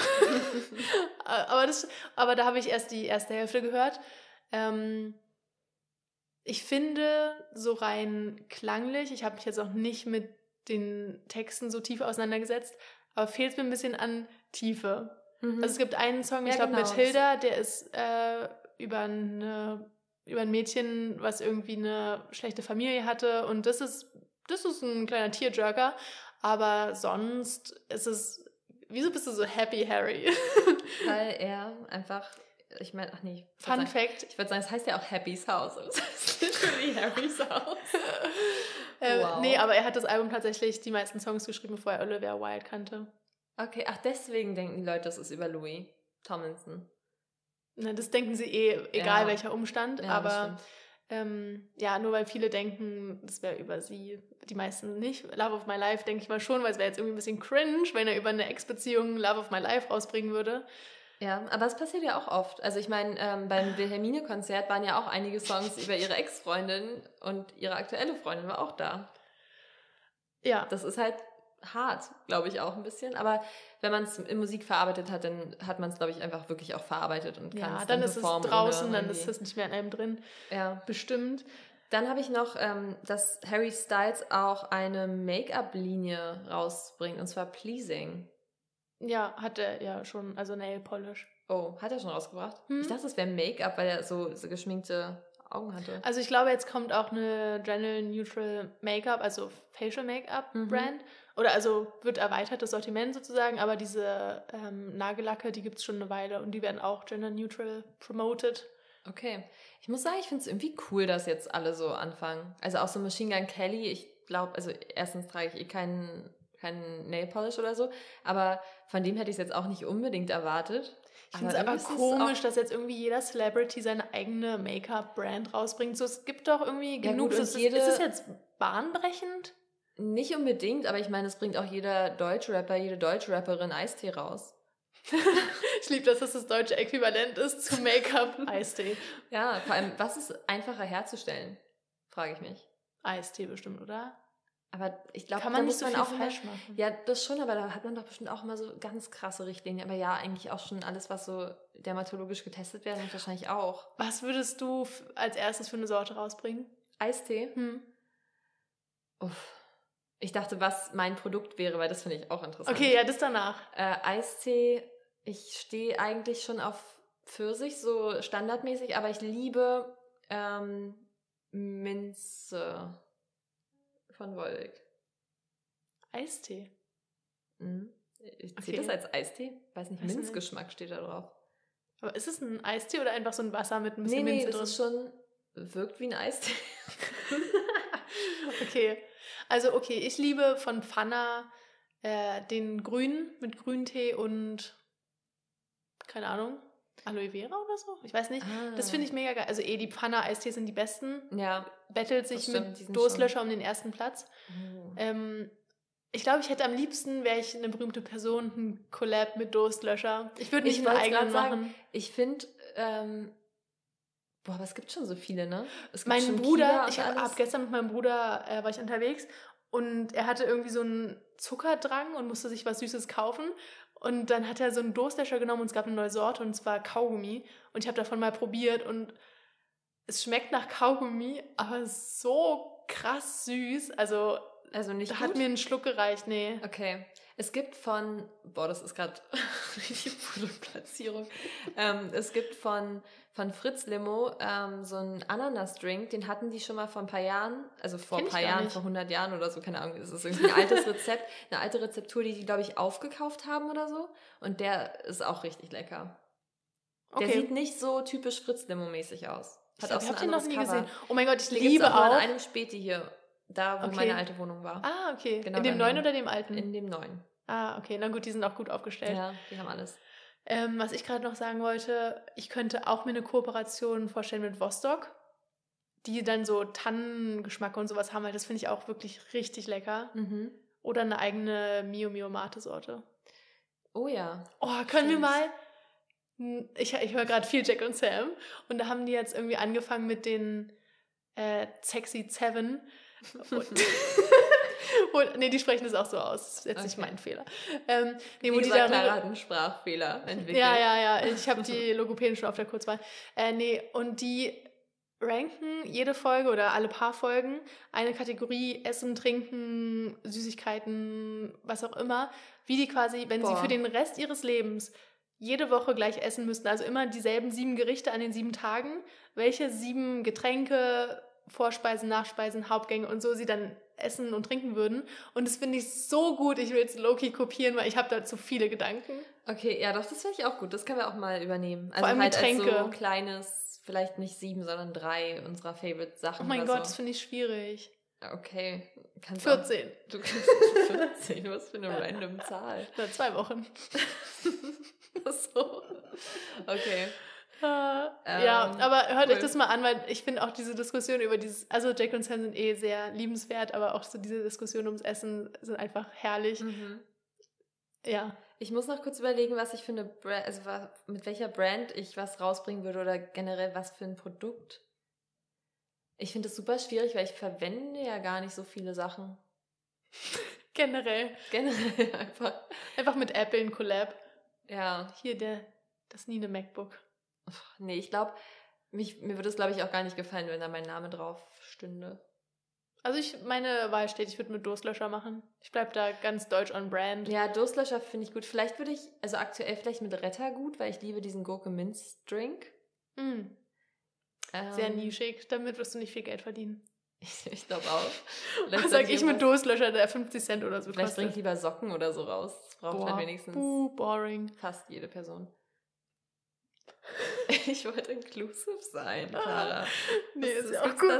aber, das, aber da habe ich erst die erste Hälfte gehört. Ähm, ich finde, so rein klanglich, ich habe mich jetzt auch nicht mit den Texten so tief auseinandergesetzt, aber fehlt es mir ein bisschen an Tiefe. Mhm. Also es gibt einen Song, ich ja, glaube genau. Matilda, der ist äh, über eine, über ein Mädchen, was irgendwie eine schlechte Familie hatte und das ist Das ist ein kleiner Tearjerker, aber sonst ist es, wieso bist du so happy, Harry? Weil er einfach, ich meine, ach nee. Fun sagen, Fact. Ich würde sagen, es heißt ja auch Happy's House. Das heißt literally Harry's House. äh, wow. Nee, aber er hat das Album tatsächlich die meisten Songs geschrieben, bevor er Olivia Wilde kannte. Okay, ach deswegen denken die Leute, das ist über Louis Tomlinson. Na, das denken sie eh, egal ja. welcher Umstand, ja, aber ähm, ja, nur weil viele denken, das wäre über sie, die meisten nicht. Love of My Life denke ich mal schon, weil es wäre jetzt irgendwie ein bisschen cringe, wenn er über eine Ex-Beziehung Love of My Life rausbringen würde. Ja, aber es passiert ja auch oft. Also ich meine, ähm, beim Wilhelmine-Konzert waren ja auch einige Songs über ihre Ex-Freundin und ihre aktuelle Freundin war auch da. Ja. Das ist halt hart, glaube ich auch ein bisschen, aber wenn man es in Musik verarbeitet hat, dann hat man es, glaube ich, einfach wirklich auch verarbeitet und kann ja, es dann, dann ist es draußen, dann ist es nicht mehr in einem drin. Ja. Bestimmt. Dann habe ich noch, ähm, dass Harry Styles auch eine Make-up-Linie rausbringt, und zwar Pleasing. Ja, hat er ja schon, also Nail Polish. Oh, hat er schon rausgebracht? Hm? Ich dachte, es wäre Make-up, weil er so, so geschminkte Augen hatte. Also ich glaube, jetzt kommt auch eine General Neutral Make-up, also Facial Make-up mhm. Brand. Oder also wird erweitert, das Sortiment sozusagen, aber diese ähm, Nagellacke, die gibt es schon eine Weile und die werden auch Gender Neutral promoted. Okay. Ich muss sagen, ich finde es irgendwie cool, dass jetzt alle so anfangen. Also auch so Machine Gun Kelly, ich glaube, also erstens trage ich eh keinen, keinen Nail Polish oder so, aber von dem hätte ich es jetzt auch nicht unbedingt erwartet. Ich finde es aber komisch, dass jetzt irgendwie jeder Celebrity seine eigene Make-up-Brand rausbringt. So, es gibt doch irgendwie ja, genug. Gut, ist, jede, ist es jetzt bahnbrechend? Nicht unbedingt, aber ich meine, es bringt auch jeder Deutschrapper, jede Deutschrapperin Eistee raus. Ich liebe, dass das das deutsche Äquivalent ist zu Make-up-Eistee. Ja, vor allem, was ist einfacher herzustellen, frage ich mich. Eistee bestimmt, oder? Aber ich glaube, kann man da nicht muss so man viel auch falsch immer, machen. Ja, das schon, aber da hat man doch bestimmt auch immer so ganz krasse Richtlinien. Aber ja, eigentlich auch schon alles, was so dermatologisch getestet werden muss, wahrscheinlich auch. Was würdest du als erstes für eine Sorte rausbringen? Eistee? Hm. Uff. Ich dachte, was mein Produkt wäre, weil das finde ich auch interessant. Okay, ja, das danach. Äh, Eistee, ich stehe eigentlich schon auf Pfirsich, so standardmäßig, aber ich liebe ähm, Minze von Wolwig. Eistee? Mhm. Ich Okay. sehe das als Eistee? Weiß nicht, Weiß Minzgeschmack nicht. Steht da drauf. Aber ist es ein Eistee oder einfach so ein Wasser mit ein bisschen nee, Minze nee, drin? das ist schon, wirkt wie ein Eistee. Okay, also okay, ich liebe von Pfanner äh, den grünen mit Grüntee und keine Ahnung, Aloe Vera oder so? Ich weiß nicht. Ah. Das finde ich mega geil. Also eh, die Pfanner-Eistees sind die besten. Ja. Bettelt sich stimmt, mit Durstlöscher schon um den ersten Platz. Oh. Ähm, ich glaube, ich hätte am liebsten, wäre ich eine berühmte Person, ein Collab mit Durstlöscher. Ich würde nicht ich einen eigenen machen. Sagen, ich finde, ähm, boah, aber es gibt schon so viele, ne? Es gibt mein schon Bruder, ich habe hab gestern mit meinem Bruder, äh, war ich unterwegs und er hatte irgendwie so einen Zuckerdrang und musste sich was Süßes kaufen. Und dann hat er so einen Durstlöscher genommen und es gab eine neue Sorte und zwar Kaugummi. Und ich habe davon mal probiert und es schmeckt nach Kaugummi, aber so krass süß. Also, also nicht hat gut? mir einen Schluck gereicht, nee. Okay. Es gibt von, boah, das ist gerade richtig Produktplatzierung. ähm, es gibt von, von Fritz Limo ähm, so einen Ananas-Drink, den hatten die schon mal vor ein paar Jahren, also vor Kenn ein paar ich gar Jahren, nicht. vor hundert Jahren oder so, keine Ahnung, das ist irgendwie ein altes Rezept, eine alte Rezeptur, die die, glaube ich, aufgekauft haben oder so. Und der ist auch richtig lecker. Der Okay. sieht nicht so typisch Fritz Limo-mäßig aus. Ich, Hat auch ich so habe ein den noch anderes nie Cover. gesehen. Oh mein Gott, ich Den liebe gibt's auch. auch. Nur in einem Späti hier, da wo Okay. meine alte Wohnung war. Ah, okay. Genau in dem daneben. neuen oder dem alten? In dem neuen. Ah, okay. Na gut, die sind auch gut aufgestellt. Ja, die haben alles. Ähm, was ich gerade noch sagen wollte, ich könnte auch mir eine Kooperation vorstellen mit Vostok, die dann so Tannengeschmack und sowas haben, weil das finde ich auch wirklich richtig lecker. Mhm. Oder eine eigene Mio Mio Mate Sorte. Oh ja. Oh, können wir Süß. mal... Ich, ich höre gerade viel Jack und Sam und da haben die jetzt irgendwie angefangen mit den äh, Sexy Seven. Und, und, nee, die sprechen das auch so aus. Das ist jetzt okay. nicht mein Fehler. Ähm, nee, Wie wo gesagt, die Clara hat einen Sprachfehler entwickelt. Ja, ja, ja. Ich habe die Logopäden schon auf der Kurzwahl. Äh, nee, und die ranken jede Folge oder alle paar Folgen eine Kategorie Essen, Trinken, Süßigkeiten, was auch immer, wie die quasi, wenn Boah. sie für den Rest ihres Lebens jede Woche gleich essen müssten, also immer dieselben sieben Gerichte an den sieben Tagen, welche sieben Getränke, Vorspeisen, Nachspeisen, Hauptgänge und so sie dann essen und trinken würden. Und das finde ich so gut, ich will jetzt Low-Key kopieren, weil ich habe dazu viele Gedanken. Okay, ja doch, das finde ich auch gut, das können wir auch mal übernehmen. Also Vor allem halt Getränke. Als so kleines, vielleicht nicht sieben, sondern drei unserer Favorite-Sachen. Oh mein oder Gott, so. Das finde ich schwierig. Okay. Kannst vierzehn. Auch, du kannst vierzehn, was für eine random Zahl. Na, zwei Wochen. So. Okay. Uh, ähm, ja, aber hört cool. euch das mal an, weil ich finde auch diese Diskussion über dieses, also Jake und Sam sind eh sehr liebenswert, aber auch so diese Diskussionen ums Essen sind einfach herrlich. Mhm. Ja. Ich muss noch kurz überlegen, was ich für eine Brand, also mit welcher Brand ich was rausbringen würde oder generell was für ein Produkt. Ich finde es super schwierig, weil ich verwende ja gar nicht so viele Sachen. Generell. Generell einfach. Einfach mit Apple ein Collab. Ja. Hier der, das Nine MacBook. Nee, ich glaube, mir würde es, glaube ich, auch gar nicht gefallen, wenn da mein Name drauf stünde. Also ich, meine Wahl steht, ich würde mit Durstlöscher machen. Ich bleibe da ganz deutsch on brand. Ja, Durstlöscher finde ich gut. Vielleicht würde ich, also aktuell vielleicht mit Retter gut, weil ich liebe diesen Gurke-Minz-Drink. Mm. Ähm, Sehr nischig, damit wirst du nicht viel Geld verdienen. Ich, ich glaube auch. Was sag ich mit Durstlöscher, der fünfzig Cent oder so vielleicht kostet. Vielleicht bringt lieber Socken oder so raus. Das braucht Boah. halt wenigstens Buh, boring. fast jede Person. Ich wollte inclusive sein, Clara. Nee, Was ist ja auch gut.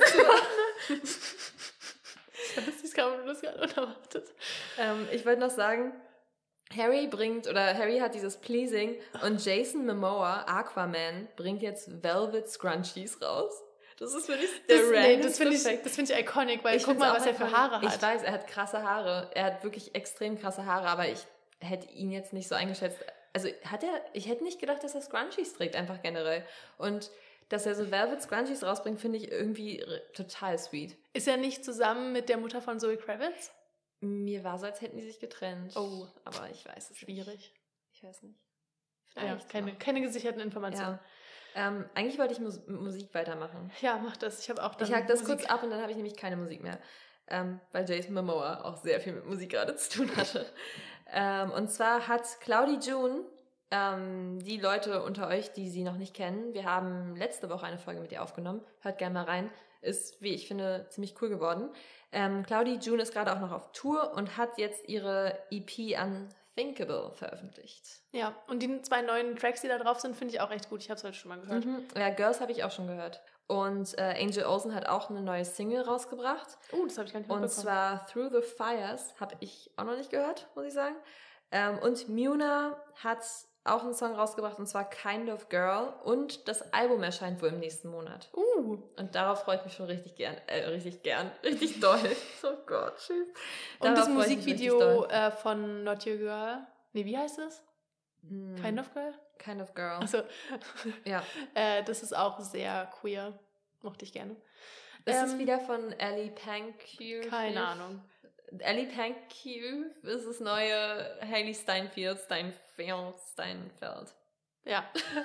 Das kann man das gar nicht unerwartet. Ähm, ich wollte noch sagen, Harry bringt, oder Harry hat dieses Pleasing und Jason Momoa, Aquaman, bringt jetzt Velvet Scrunchies raus. Das ist wirklich der das, random nee, das finde ich, das find ich iconic, weil ich guck mal, was er für Haare hat. Ich weiß, er hat krasse Haare. Er hat wirklich extrem krasse Haare, aber ich hätte ihn jetzt nicht so eingeschätzt. Also hat er, ich hätte nicht gedacht, dass er Scrunchies trägt, einfach generell. Und dass er so Velvet Scrunchies rausbringt, finde ich irgendwie total sweet. Ist er nicht zusammen mit der Mutter von Zoe Kravitz? Mir war so, als hätten die sich getrennt. Oh, aber ich weiß es schwierig. Nicht. Ich weiß nicht. Vielleicht ja, keine, keine gesicherten Informationen. Ja. Ähm, eigentlich wollte ich Mus- Musik weitermachen. Ja, mach das. Ich habe auch dann Ich hack das Musik. kurz ab und dann habe ich nämlich keine Musik mehr. Ähm, weil Jason Momoa auch sehr viel mit Musik gerade zu tun hatte. ähm, und zwar hat Cloudy June, ähm, die Leute unter euch, die sie noch nicht kennen, wir haben letzte Woche eine Folge mit ihr aufgenommen. Hört gerne mal rein. Ist, wie ich finde, ziemlich cool geworden. Ähm, Cloudy June ist gerade auch noch auf Tour und hat jetzt ihre E P Unthinkable veröffentlicht. Ja, und die zwei neuen Tracks, die da drauf sind, finde ich auch echt gut. Ich habe es heute schon mal gehört. Mhm. Ja, Girls habe ich auch schon gehört. Und äh, Angel Olsen hat auch eine neue Single rausgebracht. Oh, uh, das habe ich gar nicht mitbekommen. Und zwar Through the Fires habe ich auch noch nicht gehört, muss ich sagen. Ähm, und Muna hat auch einen Song rausgebracht, und zwar Kind of Girl. Und das Album erscheint wohl im nächsten Monat. Uh. Und darauf freue ich mich schon richtig gern. Äh, richtig gern. Richtig doll. Oh Gott, tschüss. Und das Musikvideo äh, von Not Your Girl. Nee, wie heißt es? Mm. Kind of Girl? Kind of Girl. Also, ja. äh, das ist auch sehr queer. Mochte ich gerne. Das ähm, ist wieder von Ellie Pankew. Keine Ahnung. Ellie Pankew ist das neue Hailey Steinfeld, Steinfeld, Steinfeld. Ja.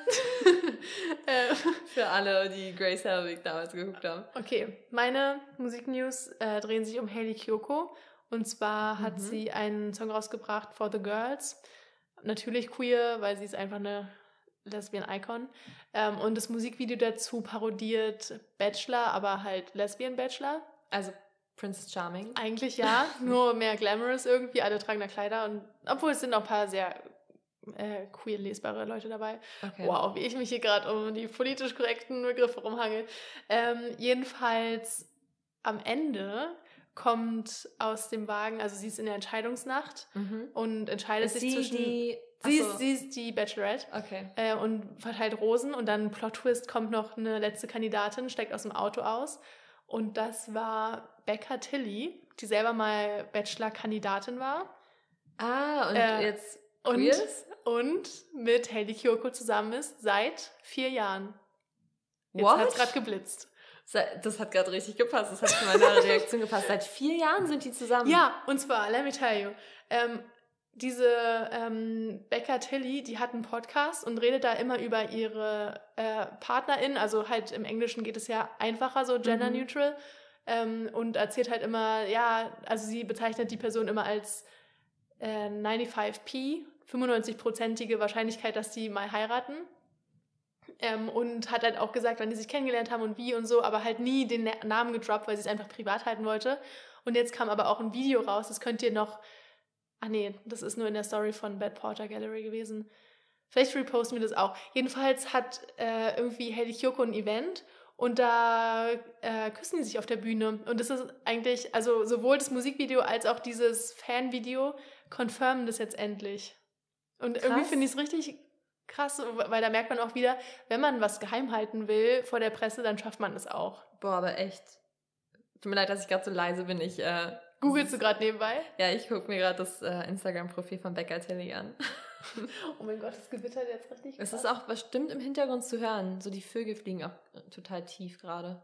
Für alle, die Grace Helbig damals geguckt haben. Okay, meine Musiknews äh, drehen sich um Hayley Kiyoko. Und zwar hat mhm. sie einen Song rausgebracht, For the Girls. Natürlich queer, weil sie ist einfach eine Lesbian-Icon. Ähm, und das Musikvideo dazu parodiert Bachelor, aber halt Lesbian-Bachelor. Also Prince Charming. Eigentlich ja, nur mehr glamorous irgendwie. Alle tragen da Kleider. Und obwohl es sind auch ein paar sehr äh, queer lesbare Leute dabei. Okay. Wow, wie ich mich hier gerade um die politisch korrekten Begriffe rumhangel. Ähm, jedenfalls am Ende kommt aus dem Wagen, also sie ist in der Entscheidungsnacht mhm. und entscheidet ist sich sie zwischen... Die, sie, ist, sie ist die Bachelorette okay. äh, und verteilt Rosen und dann Plot-Twist, kommt noch eine letzte Kandidatin, steigt aus dem Auto aus und das war Becca Tilley, die selber mal Bachelor-Kandidatin war. Ah, und äh, jetzt und, ist? Und mit Hayley Kiyoko zusammen ist seit vier Jahren. Jetzt What? hat's gerade geblitzt. Das hat gerade richtig gepasst. Das hat zu meiner Reaktion gepasst. Seit vier Jahren sind die zusammen. Ja, und zwar, let me tell you, ähm, diese ähm, Becca Tilly, die hat einen Podcast und redet da immer über ihre äh, PartnerInnen, also halt im Englischen geht es ja einfacher, so gender neutral, mhm. ähm, und erzählt halt immer, ja, also sie bezeichnet die Person immer als äh, fünfundneunzig P, fünfundneunzig-prozentige Wahrscheinlichkeit, dass die mal heiraten. Ähm, und hat halt auch gesagt, wann die sich kennengelernt haben und wie und so, aber halt nie den Namen gedroppt, weil sie es einfach privat halten wollte. Und jetzt kam aber auch ein Video raus, das könnt ihr noch... Ah nee, das ist nur in der Story von Bad Porter Gallery gewesen. Vielleicht reposten wir das auch. Jedenfalls hat äh, irgendwie Hayley Kiyoko ein Event und da äh, küssen die sich auf der Bühne. Und das ist eigentlich, also sowohl das Musikvideo als auch dieses Fanvideo confirmen das jetzt endlich. Und krass. Irgendwie finde ich es richtig krass, weil da merkt man auch wieder, wenn man was geheim halten will vor der Presse, dann schafft man es auch. Boah, aber echt. Tut mir leid, dass ich gerade so leise bin. Ich... Äh Googlest du gerade nebenbei? Ja, ich gucke mir gerade das äh, Instagram-Profil von Becca Tilly an. Oh mein Gott, das gewittert jetzt richtig krass. Es ist auch bestimmt im Hintergrund zu hören. So die Vögel fliegen auch total tief gerade.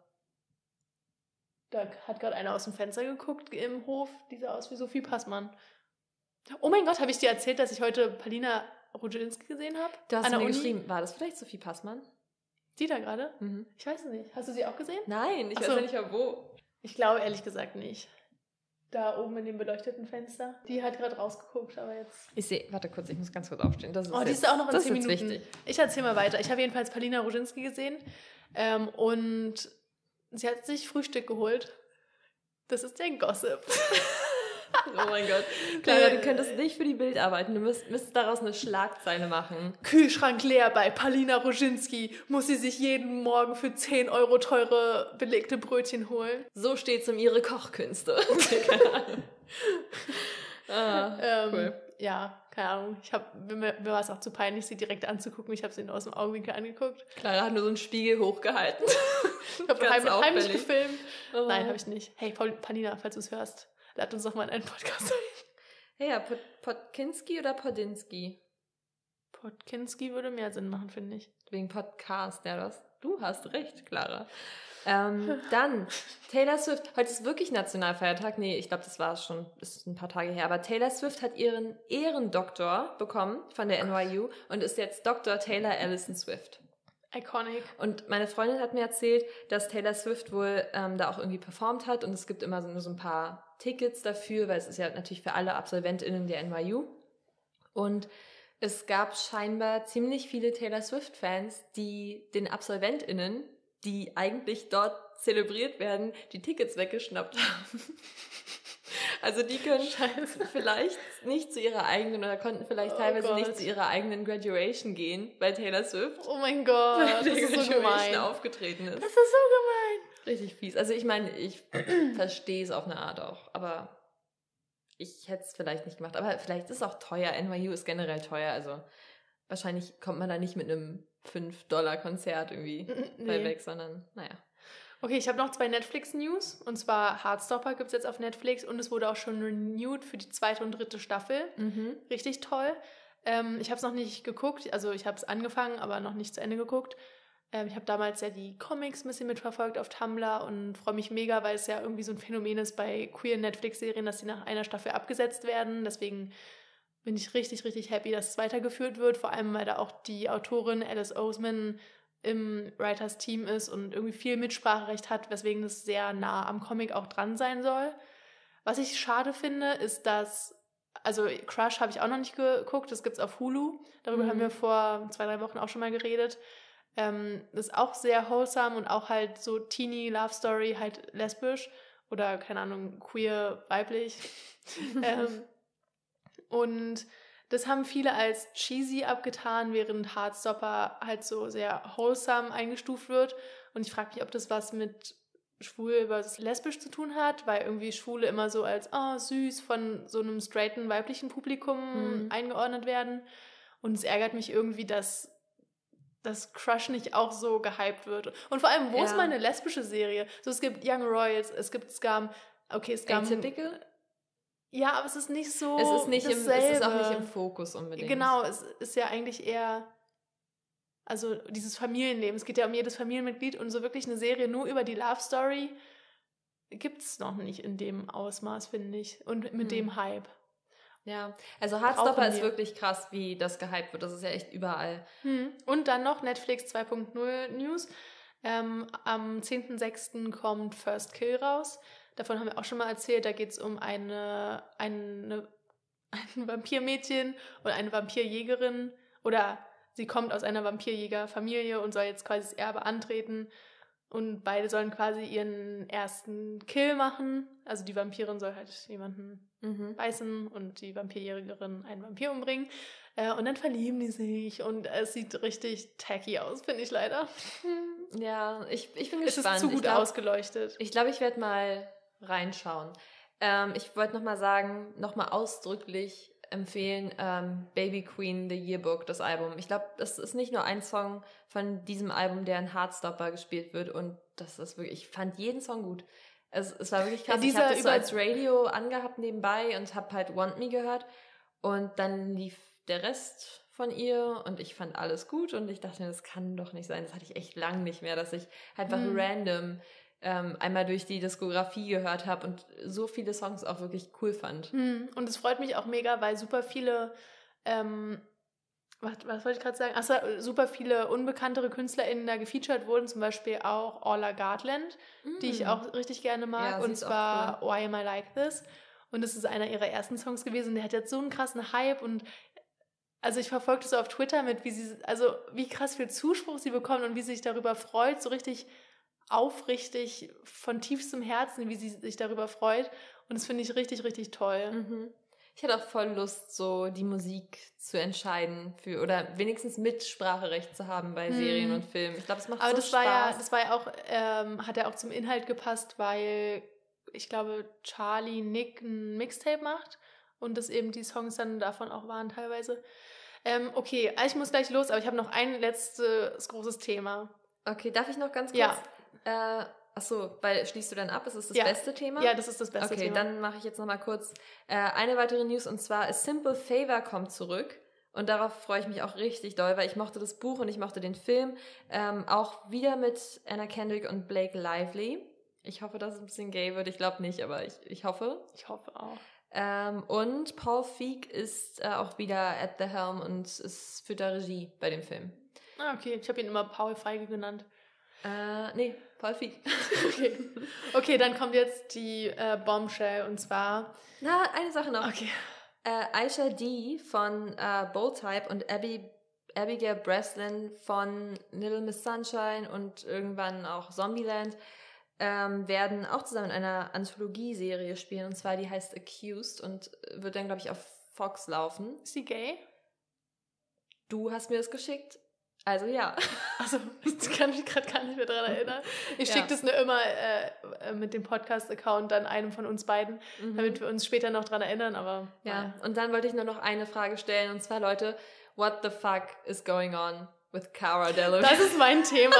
Da hat gerade einer aus dem Fenster geguckt im Hof. Die sah aus wie Sophie Passmann. Oh mein Gott, habe ich dir erzählt, dass ich heute Palina Roginski gesehen habe? Du hast mir Uni? geschrieben, war das vielleicht Sophie Passmann? Die da gerade? Mhm. Ich weiß es nicht. Hast du sie auch gesehen? Nein, ich Ach weiß so. ja nicht mehr wo. Ich glaube ehrlich gesagt nicht. Da oben in dem beleuchteten Fenster. Die hat gerade rausgeguckt, aber jetzt... Ich sehe, warte kurz, ich muss ganz kurz aufstehen. Das ist oh, die jetzt, ist auch noch in das zehn ist Minuten. Wichtig. Ich erzähle mal weiter. Ich habe jedenfalls Palina Roginski gesehen ähm, und sie hat sich Frühstück geholt. Das ist der Gossip. Oh mein Gott. Clara, du könntest nicht für die Bild arbeiten. Du müsst, müsstest daraus eine Schlagzeile machen. Kühlschrank leer bei Palina Roginski. Muss sie sich jeden Morgen für zehn Euro teure belegte Brötchen holen. So steht's um ihre Kochkünste. ah, ähm, cool. Ja, keine Ahnung. Ich hab, mir, mir war es auch zu peinlich, sie direkt anzugucken. Ich habe sie nur aus dem Augenwinkel angeguckt. Clara hat nur so einen Spiegel hochgehalten. Ich habe heimlich, heimlich gefilmt. Oh. Nein, habe ich nicht. Hey, Palina, falls du es hörst. Lad uns doch mal in einen Podcast ein. Hey, ja, Pod- Podkinski oder Podinski? Podkinski würde mehr Sinn machen, finde ich. Wegen Podcast, ja, das. Du hast recht, Clara. Ähm, dann, Taylor Swift. Heute ist wirklich Nationalfeiertag. Nee, ich glaube, das war schon, ist ein paar Tage her. Aber Taylor Swift hat ihren Ehrendoktor bekommen von der N Y U und ist jetzt Doktor Taylor Allison Swift. Iconic. Und meine Freundin hat mir erzählt, dass Taylor Swift wohl ähm, da auch irgendwie performt hat und es gibt immer so, nur so ein paar Tickets dafür, weil es ist ja natürlich für alle AbsolventInnen der N Y U. Und es gab scheinbar ziemlich viele Taylor Swift-Fans, die den AbsolventInnen, die eigentlich dort zelebriert werden, die Tickets weggeschnappt haben. Also die können Scheiße. vielleicht nicht zu ihrer eigenen oder konnten vielleicht oh teilweise Gott. nicht zu ihrer eigenen Graduation gehen bei Taylor Swift. Oh mein Gott, weil das ist so gemein. aufgetreten ist. Das ist so gemein. Richtig fies. Also ich meine, ich verstehe es auf eine Art auch, aber ich hätte es vielleicht nicht gemacht. Aber vielleicht ist es auch teuer. N Y U ist generell teuer, also wahrscheinlich kommt man da nicht mit einem fünf Dollar Konzert irgendwie nee. bei weg, sondern naja. Okay, ich habe noch zwei Netflix-News. Und zwar Heartstopper gibt es jetzt auf Netflix und es wurde auch schon renewed für die zweite und dritte Staffel. Mhm. Richtig toll. Ähm, ich habe es noch nicht geguckt. Also ich habe es angefangen, aber noch nicht zu Ende geguckt. Ähm, ich habe damals ja die Comics ein bisschen mitverfolgt auf Tumblr und freue mich mega, weil es ja irgendwie so ein Phänomen ist bei queer Netflix-Serien, dass sie nach einer Staffel abgesetzt werden. Deswegen bin ich richtig, richtig happy, dass es weitergeführt wird. Vor allem, weil da auch die Autorin Alice Oseman im Writers Team ist und irgendwie viel Mitspracherecht hat, weswegen es sehr nah am Comic auch dran sein soll. Was ich schade finde, ist, dass, also Crush habe ich auch noch nicht geguckt, das gibt's auf Hulu, darüber mhm. haben wir vor zwei, drei Wochen auch schon mal geredet. Ähm, das ist auch sehr wholesome und auch halt so Teenie Love Story, halt lesbisch oder, keine Ahnung, queer, weiblich. ähm, und das haben viele als cheesy abgetan, während Heartstopper halt so sehr wholesome eingestuft wird. Und ich frage mich, ob das was mit schwul versus lesbisch zu tun hat, weil irgendwie Schwule immer so als oh, süß von so einem straighten weiblichen Publikum mhm. eingeordnet werden. Und es ärgert mich irgendwie, dass das Crush nicht auch so gehypt wird. Und vor allem, wo ja. ist meine lesbische Serie? So, es gibt Young Royals, es gibt Scum, okay, Scum... Atypical? Ja, aber es ist nicht so es ist nicht im, es ist auch nicht im Fokus unbedingt. Genau, es ist ja eigentlich eher also dieses Familienleben. Es geht ja um jedes Familienmitglied und so wirklich eine Serie nur über die Love Story gibt es noch nicht in dem Ausmaß, finde ich. Und mit hm. dem Hype. Ja, also Heartstopper ist wirklich krass, wie das gehypt wird. Das ist ja echt überall. Hm. Und dann noch Netflix zwei Punkt null News. Ähm, am zehnten sechsten kommt First Kill raus. Davon haben wir auch schon mal erzählt. Da geht es um eine, eine, ein Vampirmädchen und eine Vampirjägerin. Oder sie kommt aus einer Vampirjägerfamilie und soll jetzt quasi das Erbe antreten. Und beide sollen quasi ihren ersten Kill machen. Also die Vampirin soll halt jemanden mhm. beißen und die Vampirjägerin einen Vampir umbringen. Äh, und dann verlieben die sich und es sieht richtig tacky aus, finde ich leider. Ja, ich, ich bin gespannt. Es ist zu gut ich glaub, ausgeleuchtet. Ich glaube, ich werde mal reinschauen. Ähm, ich wollte nochmal sagen, nochmal ausdrücklich empfehlen, ähm, Baby Queen, The Yearbook, das Album. Ich glaube, das ist nicht nur ein Song von diesem Album, der in Heartstopper gespielt wird und das ist wirklich, ich fand jeden Song gut. Es, es war wirklich krass. Ja, ich habe das so als Radio angehabt nebenbei und habe halt Want Me gehört und dann lief der Rest von ihr und ich fand alles gut und ich dachte, das kann doch nicht sein. Das hatte ich echt lang nicht mehr, dass ich einfach hm. random ähm, einmal durch die Diskografie gehört habe und so viele Songs auch wirklich cool fand. Hm. Und es freut mich auch mega, weil super viele ähm, was, was wollte ich gerade sagen? Achso, super viele unbekanntere KünstlerInnen da gefeatured wurden, zum Beispiel auch Orla Gartland, mm. die ich auch richtig gerne mag, ja, und zwar cool. Why Am I Like This? Und das ist einer ihrer ersten Songs gewesen. Der hat jetzt so einen krassen Hype und also ich verfolge das so auf Twitter mit, wie sie, also wie krass viel Zuspruch sie bekommt und wie sie sich darüber freut, so richtig aufrichtig von tiefstem Herzen, wie sie sich darüber freut. Und das finde ich richtig, richtig toll. Mhm. Ich hätte auch voll Lust, so die Musik zu entscheiden für oder wenigstens Mitspracherecht zu haben bei hm. Serien und Filmen. Ich glaube, es macht Aber so das Spaß. War ja, das war ja auch, ähm, hat ja auch zum Inhalt gepasst, weil ich glaube, Charlie Nick ein Mixtape macht und das eben die Songs dann davon auch waren teilweise. Ähm, okay, ich muss gleich los, aber ich habe noch ein letztes großes Thema. Okay, darf ich noch ganz kurz? Ja. Äh, Achso, weil schließt du dann ab? Ist das das ja. beste Thema? Ja, das ist das beste okay, Thema. Okay, dann mache ich jetzt nochmal kurz äh, eine weitere News und zwar A Simple Favor kommt zurück und darauf freue ich mich auch richtig doll, weil ich mochte das Buch und ich mochte den Film. Ähm, auch wieder mit Anna Kendrick und Blake Lively. Ich hoffe, dass es ein bisschen gay wird. Ich glaube nicht, aber ich, ich hoffe. Ich hoffe auch. Ähm, und Paul Feig ist äh, auch wieder at the helm und ist für die Regie bei dem Film. Ah, okay. Ich habe ihn immer Paul Feige genannt. Äh, nee, Paul Feig. Okay. Okay, dann kommt jetzt die äh, Bombshell und zwar... Na, eine Sache noch. Okay. Äh, Aisha D von äh, Bold Type und Abby, Abigail Breslin von Little Miss Sunshine und irgendwann auch Zombieland ähm, werden auch zusammen in einer Anthologieserie spielen und zwar die heißt Accused und wird dann, glaube ich, auf Fox laufen. Ist sie gay? Du hast mir das geschickt. Also ja. Also ich kann mich gerade gar nicht mehr daran erinnern. Ich ja. schicke das nur immer äh, mit dem Podcast-Account dann einem von uns beiden, mhm. damit wir uns später noch daran erinnern, aber... Ja, nein. Und dann wollte ich nur noch eine Frage stellen und zwar, Leute, what the fuck is going on with Cara Delevingne? Das ist mein Thema.